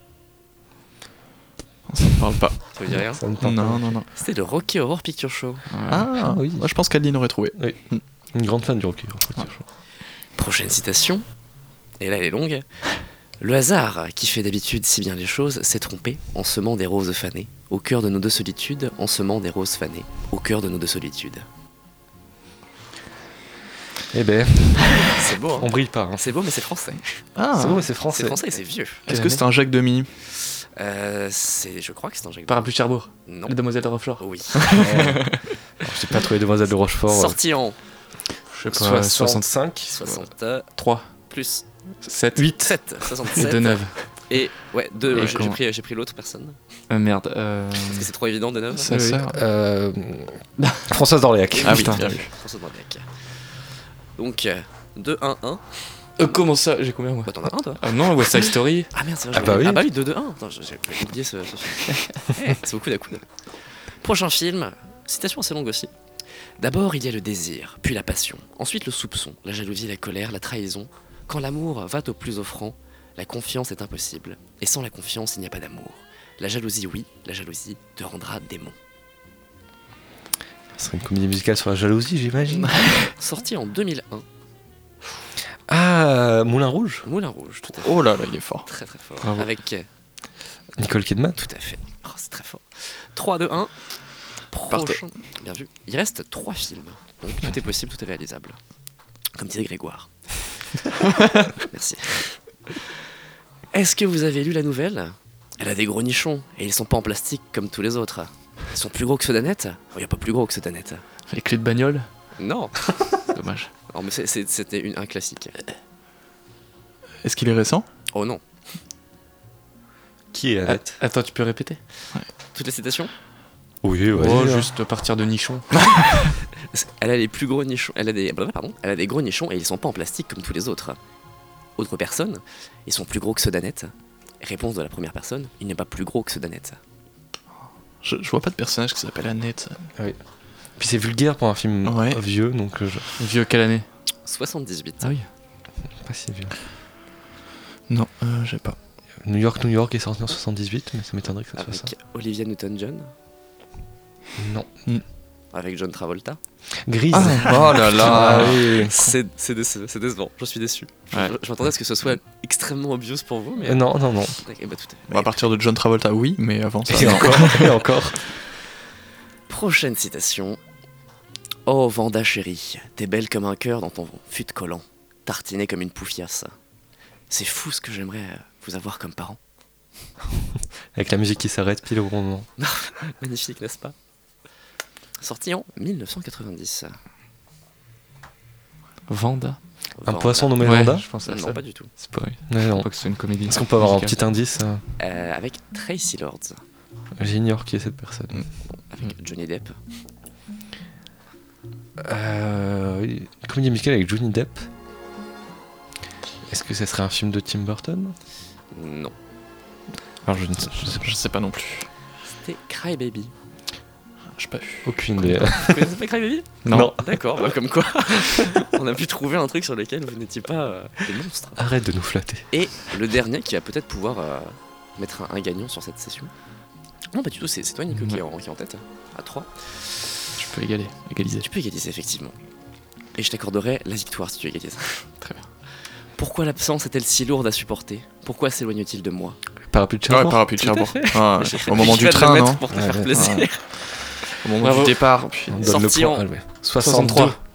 Ça me parle pas. Ça vous dit rien ? Non. C'était le Rocky Horror Picture Show. Ah oui. Moi je pense qu'Adeline aurait trouvé. Oui. Une grande fan du Rocky Horror Picture Show. Prochaine citation. Et là elle est longue. Le hasard, qui fait d'habitude si bien les choses, s'est trompé en semant des roses fanées. Au cœur de nos deux solitudes, en semant des roses fanées. Au cœur de nos deux solitudes. Eh ben, c'est beau. Hein. On brille pas. Hein. C'est beau, mais c'est français. Ah, c'est beau, mais c'est français. C'est français et c'est vieux. Est-ce que c'est un Jacques Demy ? Je crois que c'est un Jacques Demy. Parapluie de Cherbourg. Non. Les Demoiselles de Rochefort. Oui. Je n'ai pas trouvé Demoiselles de Rochefort. Sorti en. Je sais pas, 65. 63. Plus. 7. 8. 7. 67. Et Deneuve. Et ouais, j'ai pris l'autre personne. Merde. Parce que c'est trop évident, Deneuve. Sa sœur. Françoise d'Orléac. Ah oui, bien vu. Françoise d'Orléac. Donc, 2-1-1. Comment ça ? J'ai combien moi ? Bah t'en as un toi. Ah non, West Side Story. Ah merde, c'est vrai. Ah bah oui, 2-2-1. Attends, j'ai oublié ce film. C'est beaucoup d'acoudes. Prochain film, citation assez longue aussi. D'abord il y a le désir, puis la passion, ensuite le soupçon, la jalousie, la colère, la trahison. Quand l'amour va au plus offrant, la confiance est impossible. Et sans la confiance, il n'y a pas d'amour. La jalousie, oui, la jalousie te rendra démon. Ce serait une comédie musicale sur la jalousie, j'imagine. Sorti en 2001. Ah, Moulin Rouge. Moulin Rouge, tout à fait. Oh là là, il est fort. Très très fort. Bravo. Avec Nicole Kidman. Tout à fait. Oh, c'est très fort. 3-2-1. Prochain. Bien vu. Il reste 3 films. Donc tout est possible, tout est réalisable. Comme disait Grégoire. Merci. Est-ce que vous avez lu la nouvelle ? Elle a des gros nichons et ils sont pas en plastique comme tous les autres. Ils sont plus gros que ceux d'Annette ? Il n'y a pas plus gros que ceux d'Annette. Les clés de bagnole ? Non. Dommage. Non, mais c'était un classique. Est-ce qu'il est récent ? Oh non. Qui est Annette ? Attends, tu peux répéter ? Toutes les citations ? Oui, ouais. Oh, juste partir de nichons. Elle a les plus gros nichons. Elle a des gros nichons et ils sont pas en plastique comme tous les autres. Autre personne, ils sont plus gros que ceux d'Annette. Réponse de la première personne, il n'est pas plus gros que ceux d'Annette. Je vois pas de personnage qui s'appelle Annette. Oui. Puis c'est vulgaire pour un film vieux, donc. Vieux quelle année ? 78. Ah oui. Pas si vieux. Non, j'ai pas. New York est sorti en 78, mais ça m'étonnerait que ça soit ça. Avec Olivia Newton-John ? Non. Avec John Travolta ? Grise. Oh là là. Oui. C'est décevant, je suis déçu. Ouais. Je m'attendais à ce que ce soit extrêmement obvious pour vous, mais... Non. Bah, tout On va partir de John Travolta, oui, mais avant ça... Et encore. Prochaine citation. Oh Vanda chérie, t'es belle comme un cœur dans ton fut collant, tartinée comme une poufiasse. C'est fou ce que j'aimerais vous avoir comme parent. Avec la musique qui s'arrête pile au bon moment. Magnifique, n'est-ce pas ? Sorti en 1990. Vanda. Un poisson nommé Ouais, Vanda ? je pense à ça. Non, pas du tout. C'est pas vrai. Non. Pas que ce soit une comédie. Est-ce qu'on peut avoir un petit indice Avec Tracy Lords. J'ignore qui est cette personne. Avec Johnny Depp. Une comédie musicale avec Johnny Depp. Est-ce que ça serait un film de Tim Burton ? Non. Alors je sais pas non plus. C'était Cry Baby. Je sais pas vu. Aucune idée. Vous connaissez pas Cry Baby ? Non. D'accord, bah comme quoi. On a pu trouver un truc sur lequel vous n'étiez pas des monstres. Arrête de nous flatter. Et le dernier qui va peut-être pouvoir mettre un gagnant sur cette session. Non, pas du tout, c'est toi Nico qui est en tête. À 3. Je peux égaliser. Tu peux égaliser effectivement. Et je t'accorderai la victoire si tu égalises. Très bien. Pourquoi l'absence est-elle si lourde à supporter ? Pourquoi s'éloigne-t-il de moi ? Parapluie de Cherbourg. Ouais, Parapluie de Cherbourg. Ah, au moment du train, non ? Pour te faire plaisir. Au moment du départ. Sorti en 63.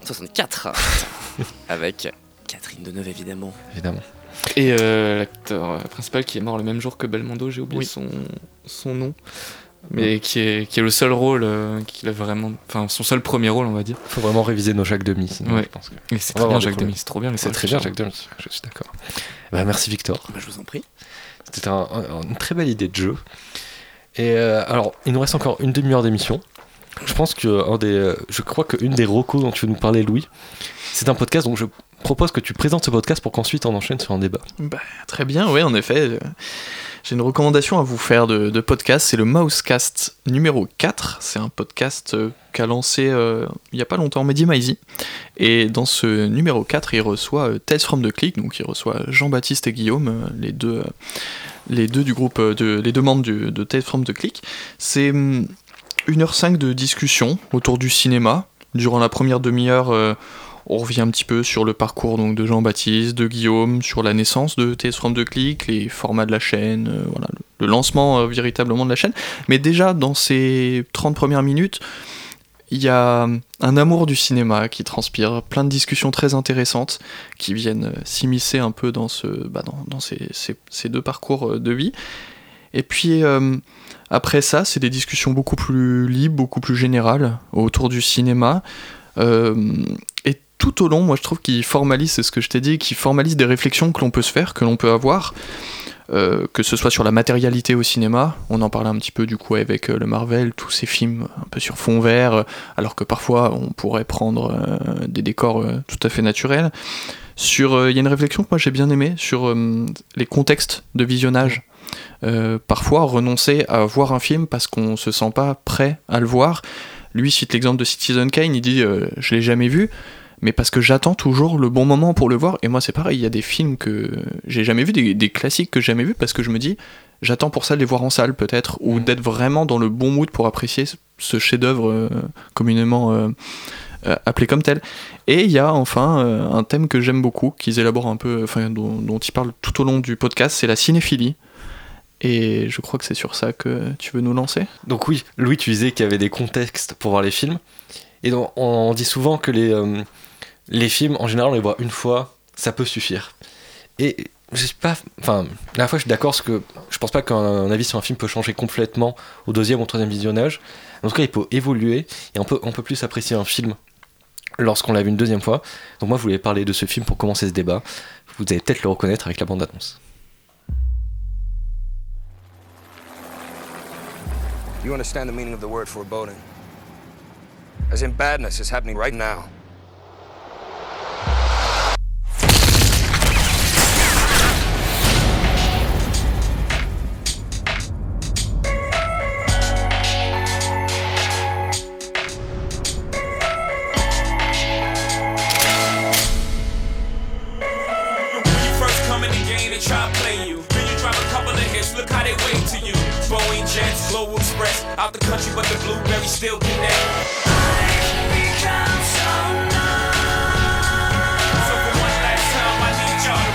64 avec Catherine Deneuve évidemment. Et l'acteur principal qui est mort le même jour que Belmondo, j'ai oublié son nom, mais qui est le seul rôle qu'il a vraiment, enfin son seul premier rôle on va dire. Faut vraiment réviser nos Jacques Demy, sinon je pense que... Mais c'est très bien Jacques Demy, c'est trop bien. C'est très bien Jacques Demy, je suis d'accord. Merci Victor. Je vous en prie. C'était une très belle idée de jeu. Et alors, il nous reste encore une demi-heure d'émission. Je pense que je crois qu'une des recos dont tu veux nous parler, Louis, c'est un podcast, donc je propose que tu présentes ce podcast pour qu'ensuite on enchaîne sur un débat. Très bien, oui, en effet. J'ai une recommandation à vous faire de podcast, c'est le Mousecast numéro 4. C'est un podcast qu'a lancé il n'y a pas longtemps Mehdi Maizi. Et dans ce numéro 4, il reçoit Tales from the Click, donc il reçoit Jean-Baptiste et Guillaume, les deux du groupe, les deux membres de Tales from the Click. C'est 1h05 de discussion autour du cinéma. Durant la première demi-heure, on revient un petit peu sur le parcours donc, de Jean-Baptiste, de Guillaume, sur la naissance de Tales from the Click, les formats de la chaîne, voilà, le lancement véritablement de la chaîne. Mais déjà, dans ces 30 premières minutes, il y a un amour du cinéma qui transpire, plein de discussions très intéressantes qui viennent s'immiscer un peu dans ces deux parcours de vie. Et puis après ça, c'est des discussions beaucoup plus libres, beaucoup plus générales autour du cinéma. Et tout au long, moi je trouve qu'il formalise, c'est ce que je t'ai dit, qu'il formalise des réflexions que l'on peut se faire, que l'on peut avoir, que ce soit sur la matérialité au cinéma, on en parlait un petit peu du coup avec le Marvel, tous ces films un peu sur fond vert, alors que parfois on pourrait prendre des décors tout à fait naturels. Il y a une réflexion que moi j'ai bien aimée sur les contextes de visionnage. Parfois renoncer à voir un film parce qu'on se sent pas prêt à le voir. Lui cite l'exemple de Citizen Kane, il dit je l'ai jamais vu, mais parce que j'attends toujours le bon moment pour le voir. Et moi c'est pareil, il y a des films que j'ai jamais vus, des classiques que j'ai jamais vus, parce que je me dis j'attends pour ça de les voir en salle peut-être, ou d'être vraiment dans le bon mood pour apprécier ce chef-d'œuvre communément appelé comme tel. Et il y a enfin un thème que j'aime beaucoup, qu'ils élaborent un peu, enfin dont ils parlent tout au long du podcast, c'est la cinéphilie. Et je crois que c'est sur ça que tu veux nous lancer. Donc oui, Louis, tu disais qu'il y avait des contextes pour voir les films. Et donc, on dit souvent que les films, en général, on les voit une fois, ça peut suffire. Et je sais pas, enfin, la fois je suis d'accord, parce que je pense pas qu'un avis sur un film peut changer complètement au deuxième ou au troisième visionnage. En tout cas, il peut évoluer, et on peut plus apprécier un film lorsqu'on l'a vu une deuxième fois. Donc moi, je voulais parler de ce film pour commencer ce débat. Vous allez peut-être le reconnaître avec la bande-annonce. You understand the meaning of the word foreboding? As in badness is happening right now. Out the country, but the blueberries still connect. I've become so numb. So for one last time, I need y'all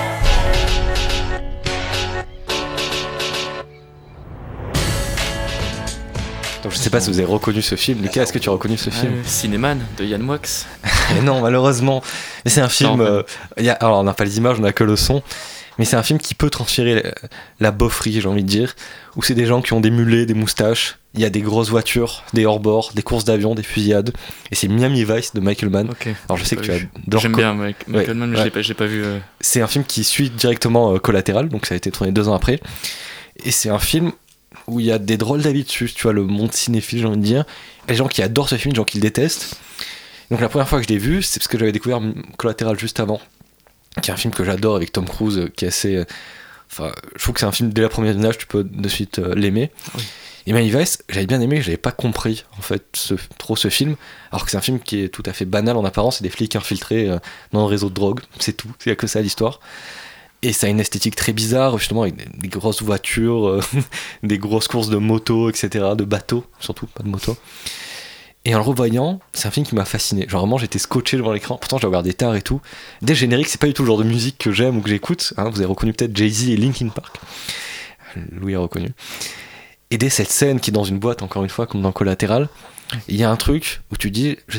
to call. Donc je sais pas si vous avez reconnu ce film. Lucas, est-ce que tu as reconnu ce film? Cinéman de Yann Moix. Non, malheureusement. Mais c'est un film. Alors on n'a pas les images, on n'a que le son. Mais c'est un film qui peut transférer la beaufrie, j'ai envie de dire, où c'est des gens qui ont des mulets, des moustaches, il y a des grosses voitures, des hors-bords, des courses d'avion, des fusillades, et c'est Miami Vice de Michael Mann. Okay. Alors je sais que tu adores... J'aime bien Michael Mann, mais je l'ai pas vu... C'est un film qui suit directement Collatéral, donc ça a été tourné 2 ans après, et c'est un film où il y a des drôles d'avis dessus, tu vois, le monde cinéphile, j'ai envie de dire, les gens qui adorent ce film, les gens qui le détestent. Donc la première fois que je l'ai vu, c'est parce que j'avais découvert Collatéral juste avant, qui est un film que j'adore avec Tom Cruise, qui est assez... Enfin, je trouve que c'est un film, dès la première visionnage, tu peux de suite l'aimer. Oui. Et Miami Vice, j'avais bien aimé, j'avais pas compris, en fait, trop ce film, alors que c'est un film qui est tout à fait banal en apparence, c'est des flics infiltrés dans un réseau de drogue, c'est tout, il y a que ça l'histoire. Et ça a une esthétique très bizarre, justement, avec des grosses voitures, des grosses courses de moto, etc., de bateaux, surtout, pas de moto. Et en le revoyant, c'est un film qui m'a fasciné. Genre vraiment, j'étais scotché devant l'écran. Pourtant, j'ai regardé tard et tout. Dès le générique, c'est pas du tout le genre de musique que j'aime ou que j'écoute. Hein, vous avez reconnu peut-être Jay-Z et Linkin Park. Louis a reconnu. Et dès cette scène qui est dans une boîte, encore une fois, comme dans Collatéral, il y a un truc où tu dis, je sais pas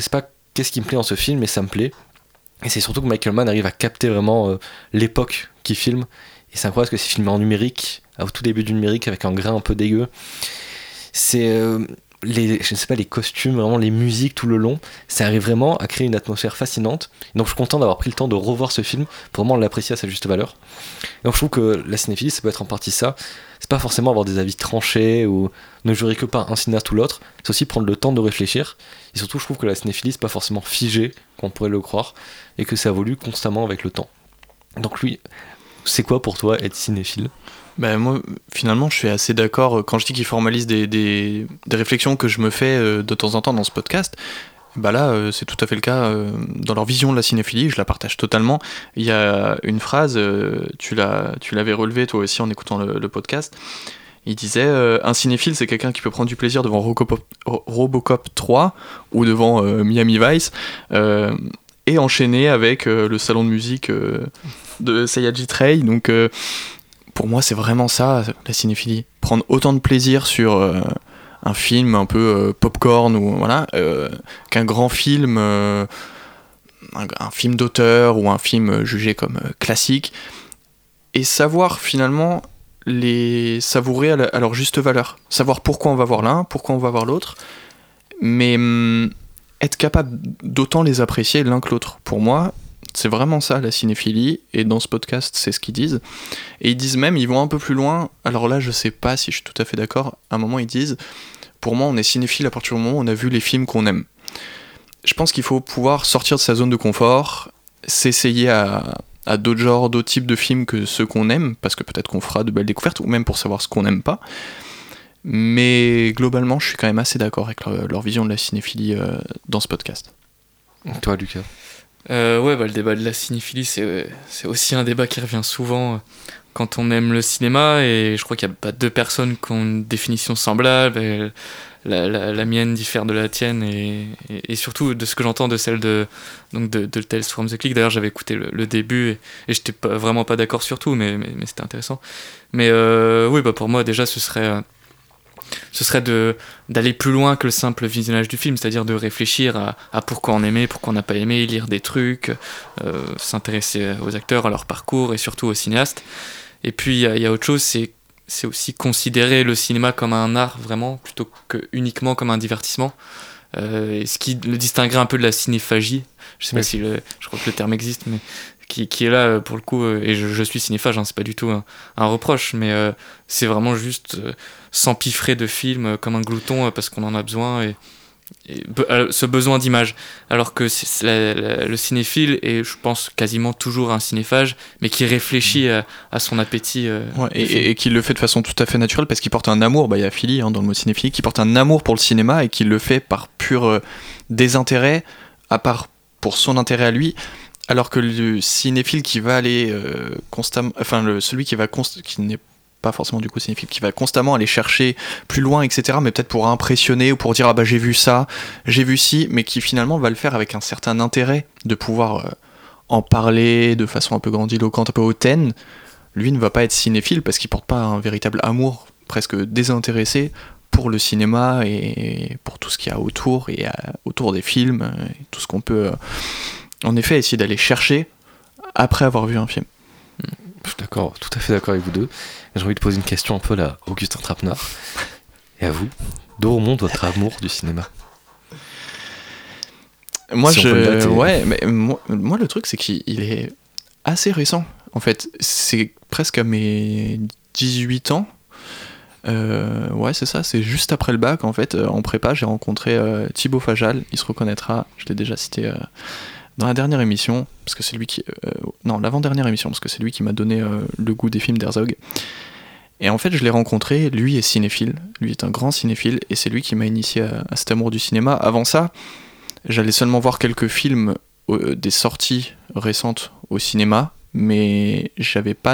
qu'est-ce qui me plaît dans ce film, et ça me plaît. Et c'est surtout que Michael Mann arrive à capter vraiment l'époque qu'il filme. Et c'est incroyable parce que c'est filmé en numérique, au tout début du numérique, avec un grain un peu dégueu. C'est les costumes, vraiment les musiques tout le long, ça arrive vraiment à créer une atmosphère fascinante. Donc je suis content d'avoir pris le temps de revoir ce film pour vraiment l'apprécier à sa juste valeur. Donc je trouve que la cinéphilie, ça peut être en partie ça. C'est pas forcément avoir des avis tranchés ou ne jurer que par un cinéaste ou l'autre, c'est aussi prendre le temps de réfléchir. Et surtout, je trouve que la cinéphilie, c'est pas forcément figé, comme on pourrait le croire, et que ça évolue constamment avec le temps. Donc lui, c'est quoi pour toi être cinéphile ? Ben moi, finalement, je suis assez d'accord quand je dis qu'ils formalisent des réflexions que je me fais de temps en temps dans ce podcast. Bah là, c'est tout à fait le cas dans leur vision de la cinéphilie, je la partage totalement. Il y a une phrase, tu l'avais relevée toi aussi en écoutant le podcast. Il disait un cinéphile, c'est quelqu'un qui peut prendre du plaisir devant Robocop 3 ou devant Miami Vice et enchaîner avec le salon de musique de Satyajit Ray. Donc pour moi, c'est vraiment ça, la cinéphilie. Prendre autant de plaisir sur un film un peu popcorn ou voilà, qu'un grand film, un film d'auteur ou un film jugé comme classique, et savoir finalement les savourer à leur juste valeur. Savoir pourquoi on va voir l'un, pourquoi on va voir l'autre, mais être capable d'autant les apprécier l'un que l'autre. Pour moi, c'est vraiment ça la cinéphilie, et dans ce podcast c'est ce qu'ils disent. Et ils disent même, ils vont un peu plus loin, alors là je sais pas si je suis tout à fait d'accord, à un moment ils disent, pour moi on est cinéphile à partir du moment où on a vu les films qu'on aime. Je pense qu'il faut pouvoir sortir de sa zone de confort, s'essayer à d'autres genres, d'autres types de films que ceux qu'on aime, parce que peut-être qu'on fera de belles découvertes, ou même pour savoir ce qu'on n'aime pas. Mais globalement je suis quand même assez d'accord avec leur vision de la cinéphilie dans ce podcast. Toi Lucas? Le débat de la cinéphilie, c'est aussi un débat qui revient souvent quand on aime le cinéma, et je crois qu'il n'y a pas deux personnes qui ont une définition semblable, et la mienne diffère de la tienne, et surtout de ce que j'entends de celle de Tales from the Click. D'ailleurs, j'avais écouté le début, et j'étais vraiment pas d'accord sur tout, mais c'était intéressant. Mais oui, pour moi, déjà, ce serait d'aller plus loin que le simple visionnage du film, c'est-à-dire de réfléchir à pourquoi on aimait, pourquoi on n'a pas aimé, lire des trucs, s'intéresser aux acteurs, à leur parcours et surtout aux cinéastes. Et puis il y a autre chose, c'est aussi considérer le cinéma comme un art vraiment, plutôt que uniquement comme un divertissement. Et ce qui le distinguerait un peu de la cinéphagie, je sais pas si je crois que le terme existe, mais qui est là pour le coup, et je suis cinéphage, c'est pas du tout un reproche, mais c'est vraiment juste s'empiffrer de films comme un glouton parce qu'on en a besoin, et ce besoin d'image, alors que le cinéphile est, je pense, quasiment toujours un cinéphage, mais qui réfléchit à son appétit et qui le fait de façon tout à fait naturelle, parce qu'il porte un amour, il y a philie dans le mot cinéphilie, qui porte un amour pour le cinéma et qui le fait par pur désintérêt, à part pour son intérêt à lui. Alors que le cinéphile qui va aller constamment, celui qui n'est pas forcément du coup cinéphile, qui va constamment aller chercher plus loin, etc., mais peut-être pour impressionner ou pour dire j'ai vu ça, j'ai vu ci, mais qui finalement va le faire avec un certain intérêt de pouvoir en parler de façon un peu grandiloquente, un peu hautaine. Lui ne va pas être cinéphile parce qu'il porte pas un véritable amour presque désintéressé pour le cinéma et pour tout ce qu'il y a autour, et autour des films, et tout ce qu'on peut en effet essayer d'aller chercher après avoir vu un film. Je suis d'accord, tout à fait d'accord avec vous deux. J'ai envie de poser une question un peu là, Augustin Trapenard. Et à vous, d'où remonte votre amour du cinéma? Moi, mais moi le truc c'est qu'il est assez récent. En fait, c'est presque à mes 18 ans. C'est ça, c'est juste après le bac en fait. En prépa, j'ai rencontré Thibaut Fajal, il se reconnaîtra, je l'ai déjà cité dans la dernière émission, parce que c'est lui qui... l'avant-dernière émission, parce que c'est lui qui m'a donné le goût des films d'Herzog. Et en fait, je l'ai rencontré, lui est cinéphile, lui est un grand cinéphile, et c'est lui qui m'a initié à cet amour du cinéma. Avant ça, j'allais seulement voir quelques films des sorties récentes au cinéma, mais j'avais pas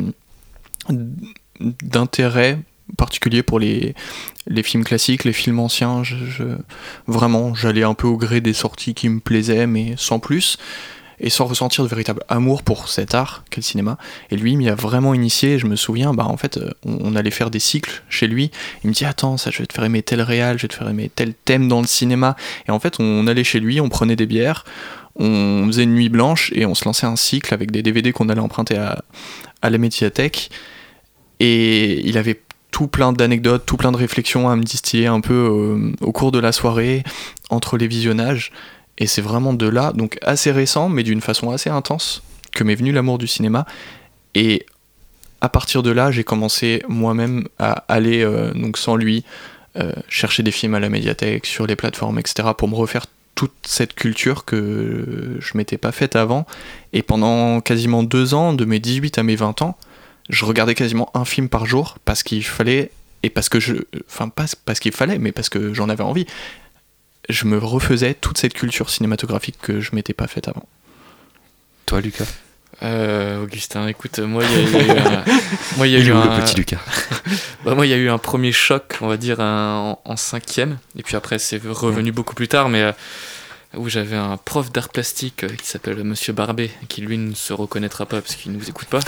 d'intérêt particulier pour les films classiques, les films anciens. Vraiment, j'allais un peu au gré des sorties qui me plaisaient, mais sans plus. et sans ressentir de véritable amour pour cet art qu'est le cinéma. Et lui, il m'y a vraiment initié. Je me souviens, en fait, on allait faire des cycles chez lui. Il me dit, attends, ça, je vais te faire aimer tel réal, je vais te faire aimer tel thème dans le cinéma. Et en fait, on allait chez lui, on prenait des bières, on faisait une nuit blanche et on se lançait un cycle avec des DVD qu'on allait emprunter à la médiathèque. Et il avait tout plein d'anecdotes, tout plein de réflexions à me distiller un peu au cours de la soirée, entre les visionnages. Et c'est vraiment de là, donc assez récent, mais d'une façon assez intense, que m'est venu l'amour du cinéma. Et à partir de là, j'ai commencé moi-même à aller, donc sans lui, chercher des films à la médiathèque, sur les plateformes, etc., pour me refaire toute cette culture que je m'étais pas faite avant. Et pendant quasiment 2 ans, de mes 18 à mes 20 ans, je regardais quasiment un film par jour parce qu'il fallait, et parce que pas parce qu'il fallait, mais parce que j'en avais envie. Je me refaisais toute cette culture cinématographique que je m'étais pas faite avant. Toi, Lucas? Augustin, écoute, moi il y a eu le petit Lucas. Moi il y a eu un premier choc, on va dire en 5e, et puis après c'est revenu beaucoup plus tard, mais où j'avais un prof d'art plastique qui s'appelle Monsieur Barbet, qui lui ne se reconnaîtra pas parce qu'il ne nous écoute pas.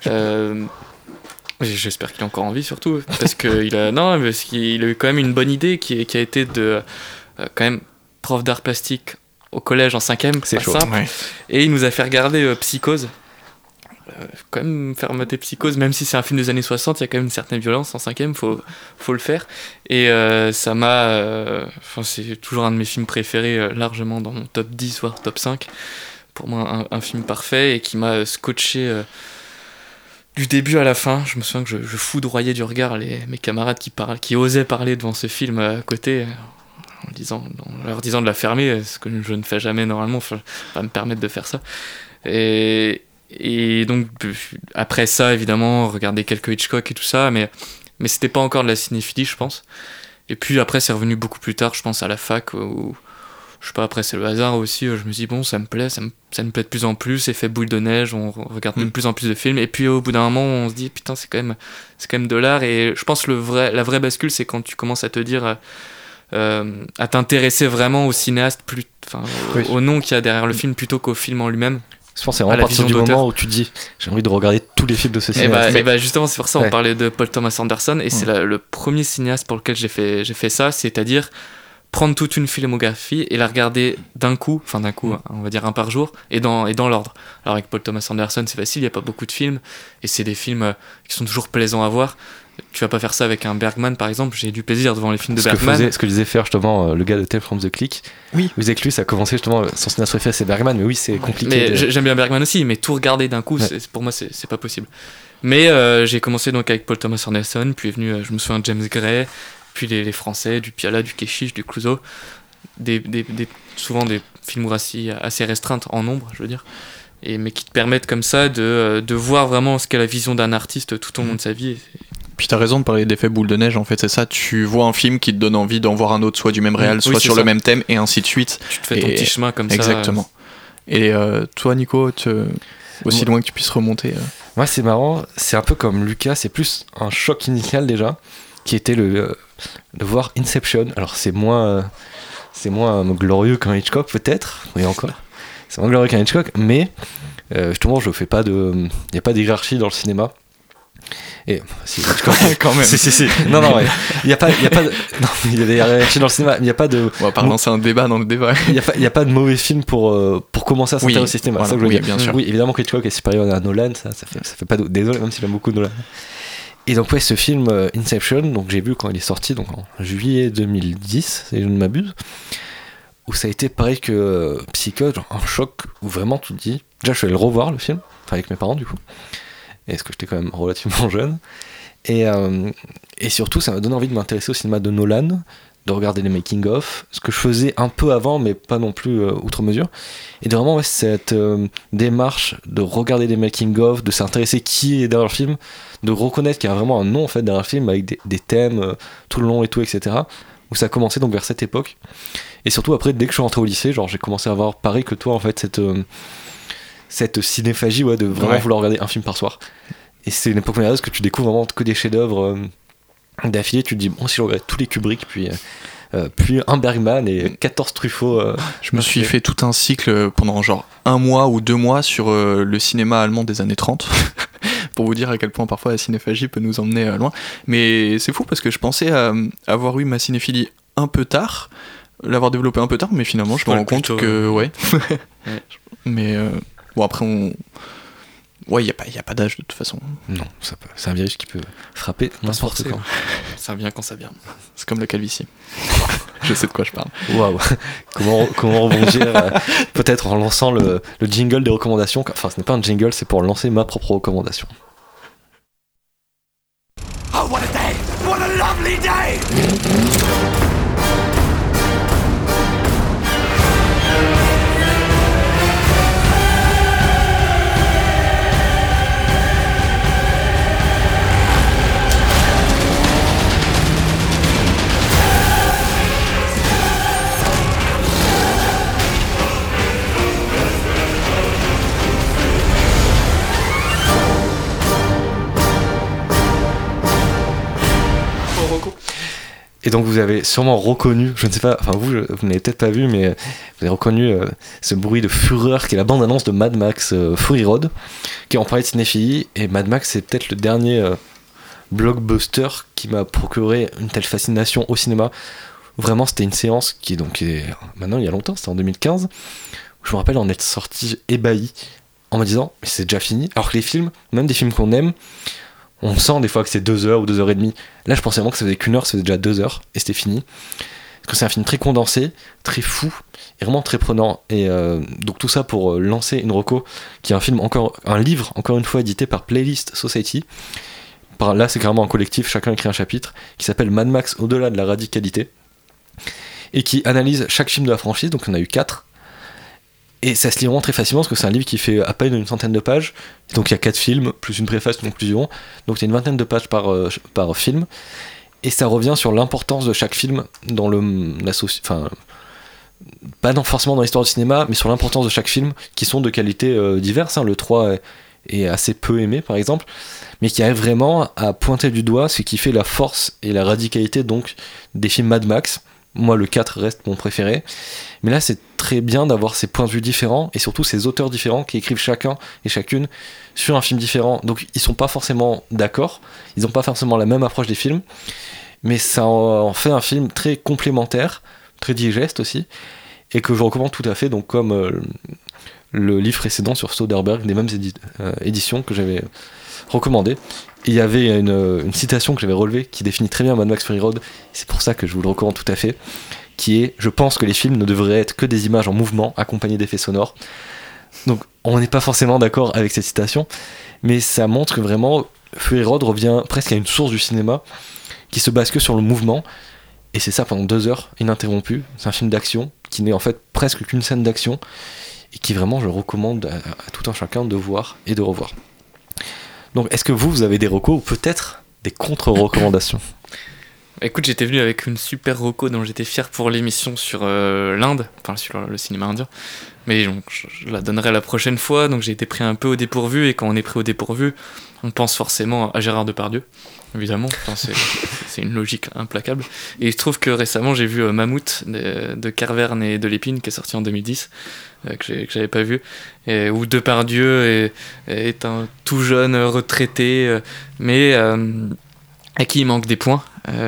J'espère qu'il est encore en vie surtout, parce qu'il a eu quand même une bonne idée qui a été de quand même prof d'art plastique au collège en 5e, c'est pas simple. Ouais. Et il nous a fait regarder Psychose. Quand même faire mater Psychose, même si c'est un film des années 60, il y a quand même une certaine violence en 5e, faut le faire. Et ça m'a... c'est toujours un de mes films préférés, largement dans mon top 10, voire top 5. Pour moi, un film parfait et qui m'a scotché du début à la fin. Je me souviens que je foudroyais du regard mes camarades qui osaient parler devant ce film à côté, en leur disant de la fermer, ce que je ne fais jamais normalement, pas me permettre de faire ça. Et donc après ça, évidemment, regarder quelques Hitchcock et tout ça, mais c'était pas encore de la cinéphilie, je pense. Et puis après, c'est revenu beaucoup plus tard, je pense, à la fac, où je sais pas, après c'est le hasard aussi, je me dis bon, ça me plaît de plus en plus, effet boule de neige, on regarde de plus en plus de films, et puis au bout d'un moment on se dit putain, c'est quand même de l'art. Et je pense la vraie bascule, c'est quand tu commences à te dire à t'intéresser vraiment au cinéaste, au nom qu'il y a derrière le film plutôt qu'au film en lui-même. Je pense que c'est vraiment à partir du moment où tu dis j'ai envie de regarder tous les films de ce cinéaste. Et justement, c'est pour ça on parlait de Paul Thomas Anderson, et c'est le premier cinéaste pour lequel j'ai fait ça, c'est-à-dire prendre toute une filmographie et la regarder d'un coup, on va dire un par jour, et dans l'ordre. Alors avec Paul Thomas Anderson, c'est facile, il n'y a pas beaucoup de films, et c'est des films qui sont toujours plaisants à voir. Tu vas pas faire ça avec un Bergman, par exemple. J'ai du plaisir devant les films de Bergman. Ce que disait faire justement le gars de Tales from the Click. Oui. Vous savez que lui, ça a commencé justement, son cinéaste préféré c'est Bergman, mais oui, c'est compliqué. Mais j'aime bien Bergman aussi, mais tout regarder d'un coup, pour moi, c'est pas possible. Mais j'ai commencé donc avec Paul Thomas Anderson, puis est venu, je me souviens, James Gray, puis les Français, du Piala, du Keshish, du Clouseau, souvent des filmographies assez restreintes en nombre, je veux dire, mais qui te permettent comme ça de voir vraiment ce qu'est la vision d'un artiste tout au long de sa vie. Puis t'as raison de parler d'effet boule de neige, en fait c'est ça, tu vois un film qui te donne envie d'en voir un autre, soit du même réal, soit sur le même thème, et ainsi de suite. Tu te fais ton petit chemin comme ça. Exactement. Et toi Nico, aussi loin que tu puisses remonter. Moi c'est marrant, c'est un peu comme Lucas, c'est plus un choc initial déjà, qui était de voir Inception. Alors c'est moins glorieux qu'un Hitchcock peut-être, oui encore, c'est moins glorieux qu'un Hitchcock, mais justement il n'y a pas d'hierarchie dans le cinéma. Et si, quand même. Si. Non, ouais. Il y a des hiérarchies dans le cinéma, il y a pas de. On va pas lancer un débat dans le débat. Il y a pas de mauvais film pour commencer à s'intéresser au cinéma. Voilà, ça que je veux dire. Bien sûr. Oui, évidemment que Hitchcock est supérieur à Nolan, ça fait pas désolé, même si j'aime beaucoup Nolan. Et donc ce film Inception, donc j'ai vu quand il est sorti, donc en juillet 2010, si je ne m'abuse, où ça a été pareil que Psychose, genre un choc où vraiment tu te dis, déjà je suis allé le revoir le film, enfin avec mes parents du coup. Est-ce que j'étais quand même relativement jeune, et surtout ça m'a donné envie de m'intéresser au cinéma de Nolan, de regarder les making-of, ce que je faisais un peu avant mais pas non plus outre mesure, et de vraiment cette démarche de regarder les making-of, de s'intéresser qui est derrière le film, de reconnaître qu'il y a vraiment un nom en fait derrière le film avec des thèmes tout le long et tout, etc. Où ça a commencé donc vers cette époque, et surtout après dès que je suis rentré au lycée, genre j'ai commencé à avoir pareil que toi en fait cette cinéphagie de vraiment vouloir regarder un film par soir. Et c'est une époque merveilleuse que tu découvres vraiment que des chefs-d'œuvre d'affilée. Tu te dis bon, si je regarde tous les Kubrick, puis puis un Bergman et 14 Truffaut. Je me suis fait tout un cycle pendant genre 1 mois ou 2 mois sur le cinéma allemand des années 30 pour vous dire à quel point parfois la cinéphagie peut nous emmener loin. Mais c'est fou parce que je pensais avoir eu ma cinéphilie un peu tard, l'avoir développée un peu tard, mais finalement je me rends compte que ouais. Mais bon, après ouais, il y a pas d'âge de toute façon. Non, c'est un virus qui peut frapper n'importe quand. Ça vient quand ça vient. C'est comme la calvitie. Je sais de quoi je parle. Waouh. Comment rebondir peut-être en lançant le jingle des recommandations. Enfin, ce n'est pas un jingle, c'est pour lancer ma propre recommandation. Oh, what a day! What a lovely day! Et donc vous avez sûrement reconnu, je ne sais pas, enfin vous n'avez peut-être pas vu, mais vous avez reconnu ce bruit de fureur qui est la bande-annonce de Mad Max Fury Road, qui en parlait de cinéphilie, et Mad Max c'est peut-être le dernier blockbuster qui m'a procuré une telle fascination au cinéma. Vraiment c'était une séance qui est maintenant il y a longtemps, c'était en 2015, où je me rappelle en être sorti ébahi, en me disant mais c'est déjà fini, alors que les films, même des films qu'on aime, on sent des fois que c'est 2 heures ou 2 heures et demie. Là, je pensais vraiment que ça faisait qu'une heure, ça faisait déjà 2 heures, et c'était fini. Parce que c'est un film très condensé, très fou, et vraiment très prenant. Et donc tout ça pour lancer une reco, qui est un livre, encore une fois, édité par Playlist Society. Là, c'est carrément un collectif, chacun écrit un chapitre, qui s'appelle Mad Max au-delà de la radicalité, et qui analyse chaque film de la franchise, donc il y en a eu 4. Et ça se lit vraiment très facilement parce que c'est un livre qui fait à peine une centaine de pages. Donc il y a 4 films, plus une préface, une conclusion. Donc il y a une vingtaine de pages par film. Et ça revient sur l'importance de chaque film dans pas forcément dans l'histoire du cinéma, mais sur l'importance de chaque film, qui sont de qualités diverses. Le 3 est assez peu aimé par exemple, mais qui arrive vraiment à pointer du doigt ce qui fait la force et la radicalité donc des films Mad Max. Moi le 4 reste mon préféré, mais là c'est très bien d'avoir ces points de vue différents et surtout ces auteurs différents qui écrivent chacun et chacune sur un film différent, donc ils sont pas forcément d'accord, ils ont pas forcément la même approche des films, mais ça en fait un film très complémentaire, très digeste aussi, et que je recommande tout à fait, donc comme le livre précédent sur Soderbergh, des mêmes éditions que j'avais recommandé. Il y avait une citation que j'avais relevée qui définit très bien Mad Max Fury Road, c'est pour ça que je vous le recommande tout à fait, qui est « Je pense que les films ne devraient être que des images en mouvement accompagnées d'effets sonores ». Donc on n'est pas forcément d'accord avec cette citation, mais ça montre que vraiment Fury Road revient presque à une source du cinéma qui se base que sur le mouvement, et c'est ça pendant 2 heures ininterrompues. C'est un film d'action qui n'est en fait presque qu'une scène d'action, et qui vraiment je recommande à tout un chacun de voir et de revoir. Donc est-ce que vous avez des recos ou peut-être des contre-recommandations ? Écoute, j'étais venu avec une super reco dont j'étais fier pour l'émission sur l'Inde, enfin sur le cinéma indien, mais donc, je la donnerai la prochaine fois. Donc j'ai été pris un peu au dépourvu, et quand on est pris au dépourvu, on pense forcément à Gérard Depardieu, évidemment, enfin, c'est une logique implacable. Et il se trouve que récemment j'ai vu Mammouth de Carverne et de Lépine, qui est sorti en 2010, que j'avais pas vu, et où Depardieu est un tout jeune retraité, mais à qui il manque des points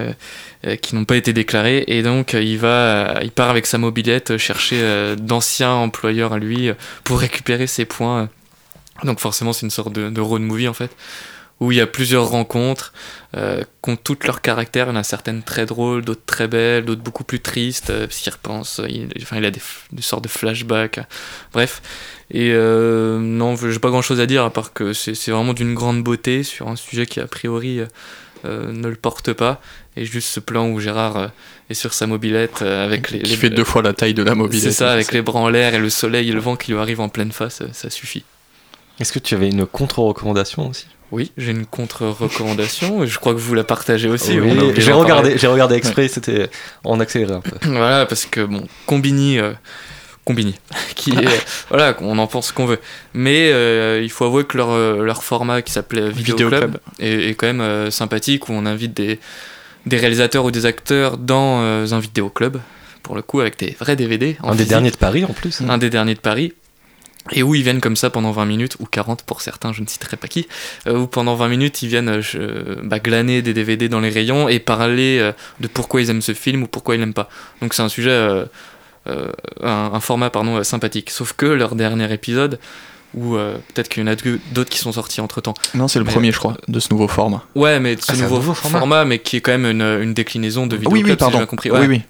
qui n'ont pas été déclarés, et donc il part avec sa mobilette chercher d'anciens employeurs à lui pour récupérer ses points. Donc forcément c'est une sorte de road movie en fait, où il y a plusieurs rencontres qui ont toutes leurs caractères. Il y en a certaines très drôles, d'autres très belles, d'autres beaucoup plus tristes, parce qu'il repense, il a des sortes de flashbacks, bref. Et non, j'ai pas grand chose à dire à part que c'est vraiment d'une grande beauté sur un sujet qui a priori ne le porte pas, et juste ce plan où Gérard est sur sa mobilette avec qui fait 2 fois la taille de la mobilette. C'est ça, avec les bras en l'air et le soleil et le vent qui lui arrive en pleine face, ça suffit. Est-ce que tu avais une contre-recommandation aussi ? Oui, j'ai une contre-recommandation, je crois que vous la partagez aussi. Oui, j'ai regardé exprès, c'était en accéléré un peu. Voilà, parce que bon, Combini, qui est, voilà, on en pense ce qu'on veut, mais il faut avouer que leur format qui s'appelait Vidéo Club est quand même sympathique, où on invite des réalisateurs ou des acteurs dans un vidéoclub, pour le coup, avec des vrais DVD. Un des derniers de Paris en plus. Un des derniers de Paris. Et où ils viennent comme ça pendant 20 minutes, ou 40 pour certains, je ne citerai pas qui, où pendant 20 minutes ils viennent glaner des DVD dans les rayons et parler de pourquoi ils aiment ce film ou pourquoi ils l'aiment pas. Donc c'est un sujet, un format sympathique. Sauf que leur dernier épisode, ou peut-être qu'il y en a d'autres qui sont sortis entre temps. Non, c'est le premier, je crois, de ce nouveau format. Ouais, mais ce nouveau format, mais qui est quand même une déclinaison de vidéoclub, oui, pardon. si j'ai bien compris. Ouais. Oui.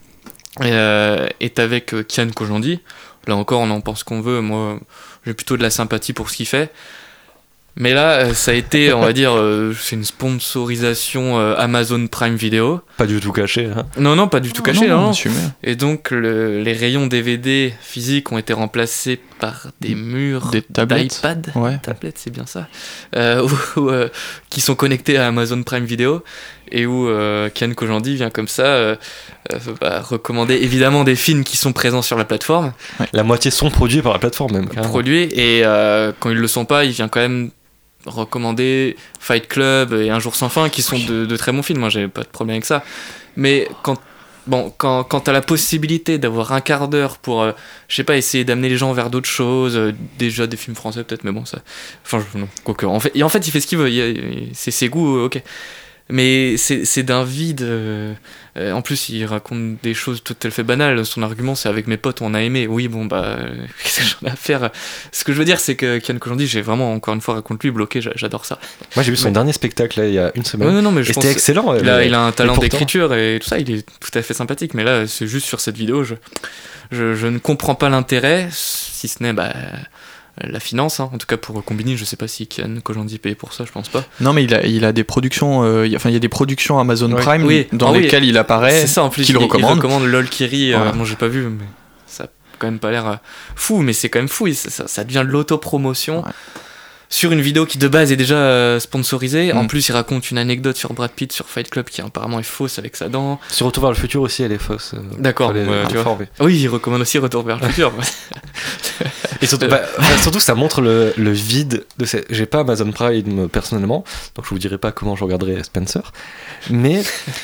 Est avec Kian Kojandi. Là encore, on en pense qu'on veut. Moi, j'ai plutôt de la sympathie pour ce qu'il fait. Mais là, ça a été, on va dire, c'est une sponsorisation Amazon Prime Video. Pas du tout caché. Hein. Non, pas du tout caché. Non. Assumé. Et donc, les rayons DVD physiques ont été remplacés par des murs d'iPad. Ouais. Tablettes, c'est bien ça. Qui sont connectés à Amazon Prime Video. Et où Kian Kojandi vient comme ça recommander évidemment des films qui sont présents sur la plateforme. Ouais. La moitié sont produits par la plateforme même. Produits, et quand ils le sont pas, il vient quand même recommander Fight Club et Un jour sans fin, qui sont de très bons films. Moi, j'ai pas de problème avec ça. Mais quand t'as la possibilité d'avoir un quart d'heure pour, je sais pas, essayer d'amener les gens vers d'autres choses, déjà des films français peut-être, mais bon, ça. Enfin, non, quoique. En fait, il fait ce qu'il veut. C'est ses goûts, ok. Mais c'est d'un vide. En plus, il raconte des choses tout à fait banales. Son argument, c'est avec mes potes, on a aimé. Oui, bon, qu'est-ce que j'en ai à faire? Ce que je veux dire, c'est que Kian Kojandi, j'ai vraiment, encore une fois, raconte-lui, bloqué, j'adore ça. Moi, j'ai vu son dernier spectacle, là, il y a une semaine. Non, mais je c'était excellent. Il a un talent d'écriture et tout ça, il est tout à fait sympathique. Mais là, c'est juste sur cette vidéo, je ne comprends pas l'intérêt, si ce n'est la finance, hein. En tout cas pour Combini, je sais pas si Kian Kojandi paye pour ça, je pense pas. Non, mais il a des productions, il y a des productions Amazon Prime dans lesquelles il apparaît, c'est ça, en plus, qu'il recommande. Il recommande LOL Kiri, moi j'ai pas vu, mais ça a quand même pas l'air fou, mais c'est quand même fou, ça devient de l'autopromotion. Ouais. Sur une vidéo qui de base est déjà sponsorisée. En plus, il raconte une anecdote sur Brad Pitt sur Fight Club qui apparemment est fausse avec sa dent. Sur Retour vers le futur aussi, elle est fausse. D'accord. Tu vois. Oui, il recommande aussi Retour vers le futur. Et surtout, surtout, ça montre le vide de cette. J'ai pas Amazon Prime personnellement, donc je vous dirai pas comment je regarderai Spencer. Mais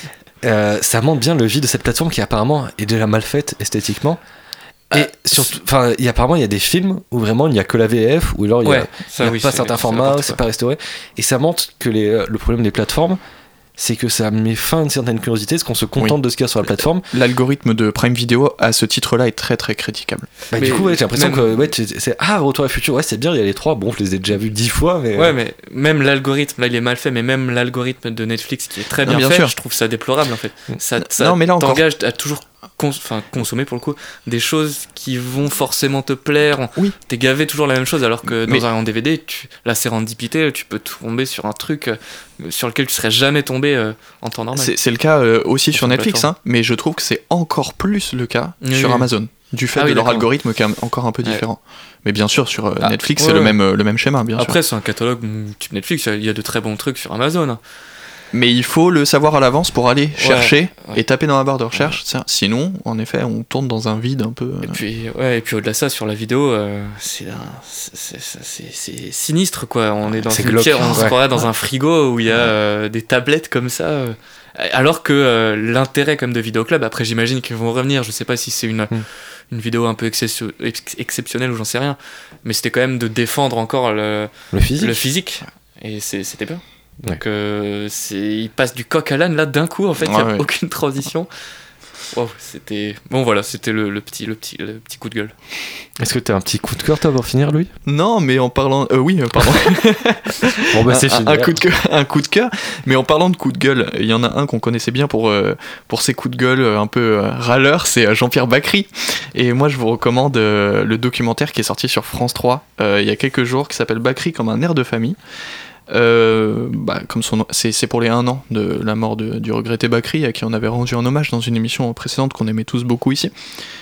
ça montre bien le vide de cette plateforme qui apparemment est déjà mal faite esthétiquement. Et surtout, apparemment, il y a des films où vraiment il n'y a que la VF, ou alors il n'y a pas certains formats, c'est pas restauré. Et ça montre que le problème des plateformes, c'est que ça met fin à une certaine curiosité, parce qu'on se contente de ce qu'il y a sur la plateforme. L'algorithme de Prime Video, à ce titre-là, est très très critiquable. Du coup, j'ai l'impression que c'est Retour à le futur, c'est bien, il y a les trois, bon, je les ai déjà vus 10 fois. Mais... Ouais, mais même l'algorithme, là il est mal fait, mais même l'algorithme de Netflix qui est très bien fait, je trouve ça déplorable en fait. Ça t'engage à toujours consommer pour le coup des choses qui vont forcément te plaire. T'es gavé toujours la même chose, alors que dans un DVD, la sérendipité, tu peux tomber sur un truc sur lequel tu serais jamais tombé en temps normal. C'est le cas aussi sur Netflix, hein, mais je trouve que c'est encore plus le cas sur Amazon, du fait de leur algorithme qui est encore un peu différent. Mais bien sûr, sur Netflix, c'est le même schéma, bien sûr. Après, c'est un catalogue type Netflix, il y a de très bons trucs sur Amazon. Mais il faut le savoir à l'avance pour aller chercher et taper dans la barre de recherche. Sinon, en effet, on tourne dans un vide un peu. Et puis au-delà de ça, sur la vidéo, c'est sinistre, quoi. On est dans une pièce, on se croirait dans un frigo où il y a des tablettes comme ça. Alors que l'intérêt comme de Vidéoclub, après j'imagine qu'ils vont revenir. Je sais pas si c'est une vidéo un peu exceptionnelle ou j'en sais rien. Mais c'était quand même de défendre encore le physique. Et c'était bien. Donc il passe du coq à l'âne là d'un coup, en fait, il n'y a aucune transition. Wow, c'était le petit coup de gueule. Est-ce que tu as un petit coup de cœur toi pour finir, Louis? Non, mais en parlant pardon. Bon c'est fini. Un coup de cœur, mais en parlant de coup de gueule, il y en a un qu'on connaissait bien pour ses coups de gueule un peu râleurs, c'est Jean-Pierre Bacri. Et moi je vous recommande le documentaire qui est sorti sur France 3 il y a quelques jours, qui s'appelle Bacri comme un air de famille. Comme son nom, c'est pour les 1 an de la mort du regretté Bacri, à qui on avait rendu un hommage dans une émission précédente qu'on aimait tous beaucoup ici.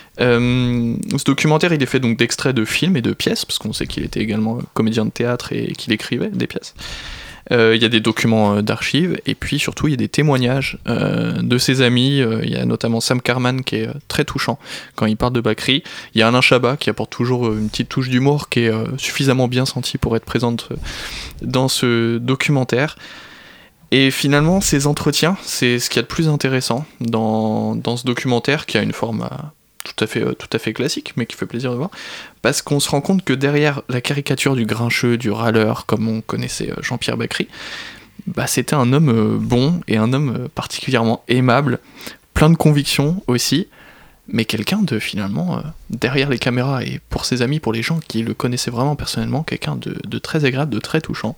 Ce documentaire, il est fait donc d'extraits de films et de pièces, parce qu'on sait qu'il était également comédien de théâtre et qu'il écrivait des pièces. Il y a des documents d'archives, et puis surtout il y a des témoignages de ses amis. Il y a notamment Sam Karman qui est très touchant quand il parle de Bacri. Il y a Alain Chabat qui apporte toujours une petite touche d'humour qui est suffisamment bien sentie pour être présente dans ce documentaire. Et finalement, ces entretiens, c'est ce qu'il y a de plus intéressant dans ce documentaire qui a une forme tout à fait classique, mais qui fait plaisir de voir, parce qu'on se rend compte que derrière la caricature du grincheux, du râleur, comme on connaissait Jean-Pierre Bacry, c'était un homme bon et un homme particulièrement aimable, plein de convictions aussi, mais quelqu'un de finalement, derrière les caméras et pour ses amis, pour les gens qui le connaissaient vraiment personnellement, quelqu'un de très agréable, de très touchant.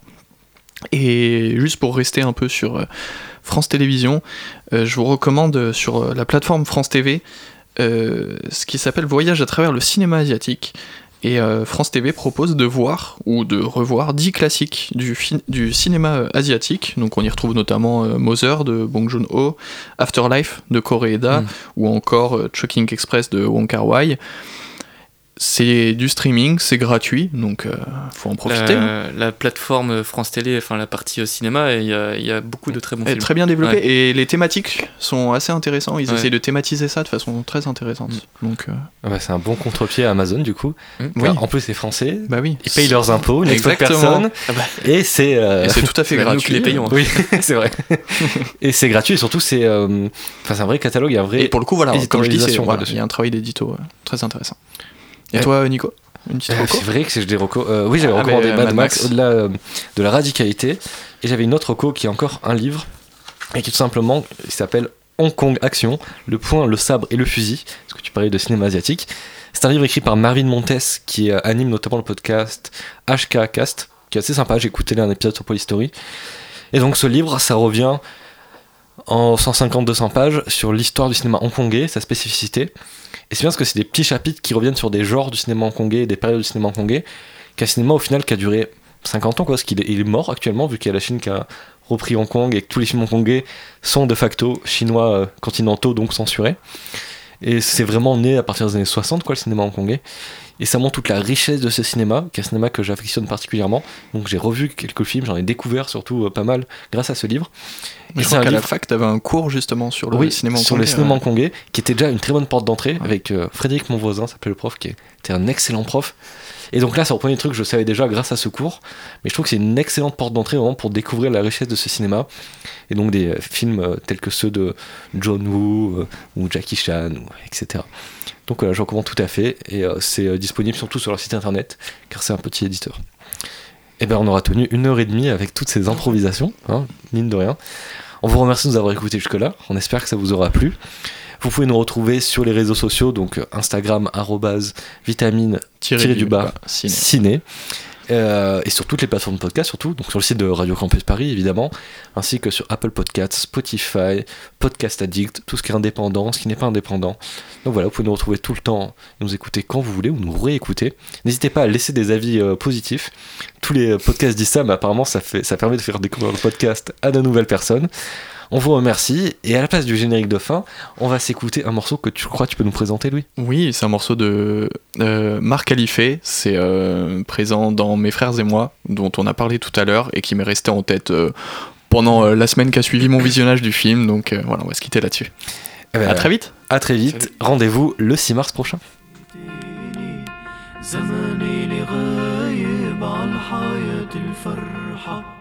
Et juste pour rester un peu sur France Télévisions, je vous recommande sur la plateforme France TV ce qui s'appelle Voyage à travers le cinéma asiatique. Et France TV propose de voir ou de revoir 10 classiques du cinéma asiatique. Donc on y retrouve notamment Mother de Bong Joon-ho, Afterlife de Koreeda, ou encore Chungking Express de Wong Kar-wai. C'est du streaming, c'est gratuit, donc faut en profiter. La plateforme France Télé, enfin la partie cinéma, il y a beaucoup de très bons films. Très bien développé, et les thématiques sont assez intéressantes. Ils essayent de thématiser ça de façon très intéressante. Donc, c'est un bon contre-pied à Amazon du coup. Oui. En plus c'est français, oui. Ils payent leurs impôts, une autre personne, et c'est tout à fait gratuit. Nous qui les payons. Oui, c'est vrai. Et c'est gratuit, et surtout c'est un vrai catalogue, il y a un vrai. Et pour le coup, voilà, comme je dis, il y a un travail d'édito très intéressant. Et toi, Nico, une petite reco? C'est vrai que c'est des recos. Oui, j'avais recommandé Mad Max au-delà de la radicalité. Et j'avais une autre reco qui est encore un livre, et qui tout simplement il s'appelle Hong Kong Action, le poing, le sabre et le fusil. Parce que tu parlais de cinéma asiatique. C'est un livre écrit par Marvin Montes qui anime notamment le podcast HK Cast, qui est assez sympa. J'ai écouté un épisode sur Polystory. Et donc ce livre, ça revient en 150-200 pages sur l'histoire du cinéma hongkongais, sa spécificité. Et c'est bien parce que c'est des petits chapitres qui reviennent sur des genres du cinéma hongkongais, des périodes du cinéma hongkongais, qu'un cinéma au final qui a duré 50 ans, parce qu'il est mort actuellement, vu qu'il y a la Chine qui a repris Hong Kong et que tous les films hongkongais sont de facto chinois continentaux, donc censurés. Et c'est vraiment né à partir des années 60, le cinéma hongkongais. Et ça montre toute la richesse de ce cinéma, qui est un cinéma que j'affectionne particulièrement. Donc j'ai revu quelques films, j'en ai découvert surtout pas mal grâce à ce livre. Et je crois qu'à la fac, t'avais un cours justement sur le cinéma hongkongais. Sur le cinéma hongkongais, qui était déjà une très bonne porte d'entrée, avec Frédéric Monvoisin, s'appelait le prof, qui était un excellent prof. Et donc là, ça reprenait des trucs que je savais déjà grâce à ce cours, mais je trouve que c'est une excellente porte d'entrée vraiment pour découvrir la richesse de ce cinéma. Et donc des films tels que ceux de John Woo ou Jackie Chan, etc. Donc je recommande tout à fait, et c'est disponible surtout sur leur site internet, car c'est un petit éditeur. Et on aura tenu 1h30 avec toutes ces improvisations, mine de rien. On vous remercie de nous avoir écoutés jusque-là, on espère que ça vous aura plu. Vous pouvez nous retrouver sur les réseaux sociaux, donc Instagram, @vitamine_ciné. Et sur toutes les plateformes de podcast, surtout, donc sur le site de Radio Campus Paris évidemment, ainsi que sur Apple Podcasts, Spotify, Podcast Addict, tout ce qui est indépendant, ce qui n'est pas indépendant. Donc voilà, vous pouvez nous retrouver tout le temps, nous écouter quand vous voulez ou nous réécouter. N'hésitez pas à laisser des avis positifs. Tous les podcasts disent ça, mais apparemment ça permet de faire découvrir le podcast à de nouvelles personnes. On vous remercie, et à la place du générique de fin, on va s'écouter un morceau que tu peux nous présenter, Louis. Oui, c'est un morceau de Marc Khalife, c'est présent dans Mes Frères et Moi, dont on a parlé tout à l'heure, et qui m'est resté en tête pendant la semaine qui a suivi mon visionnage du film, donc voilà, on va se quitter là-dessus. À très vite. À très vite, salut. Rendez-vous le 6 mars prochain. زماني لغايب على الحياة الفرحة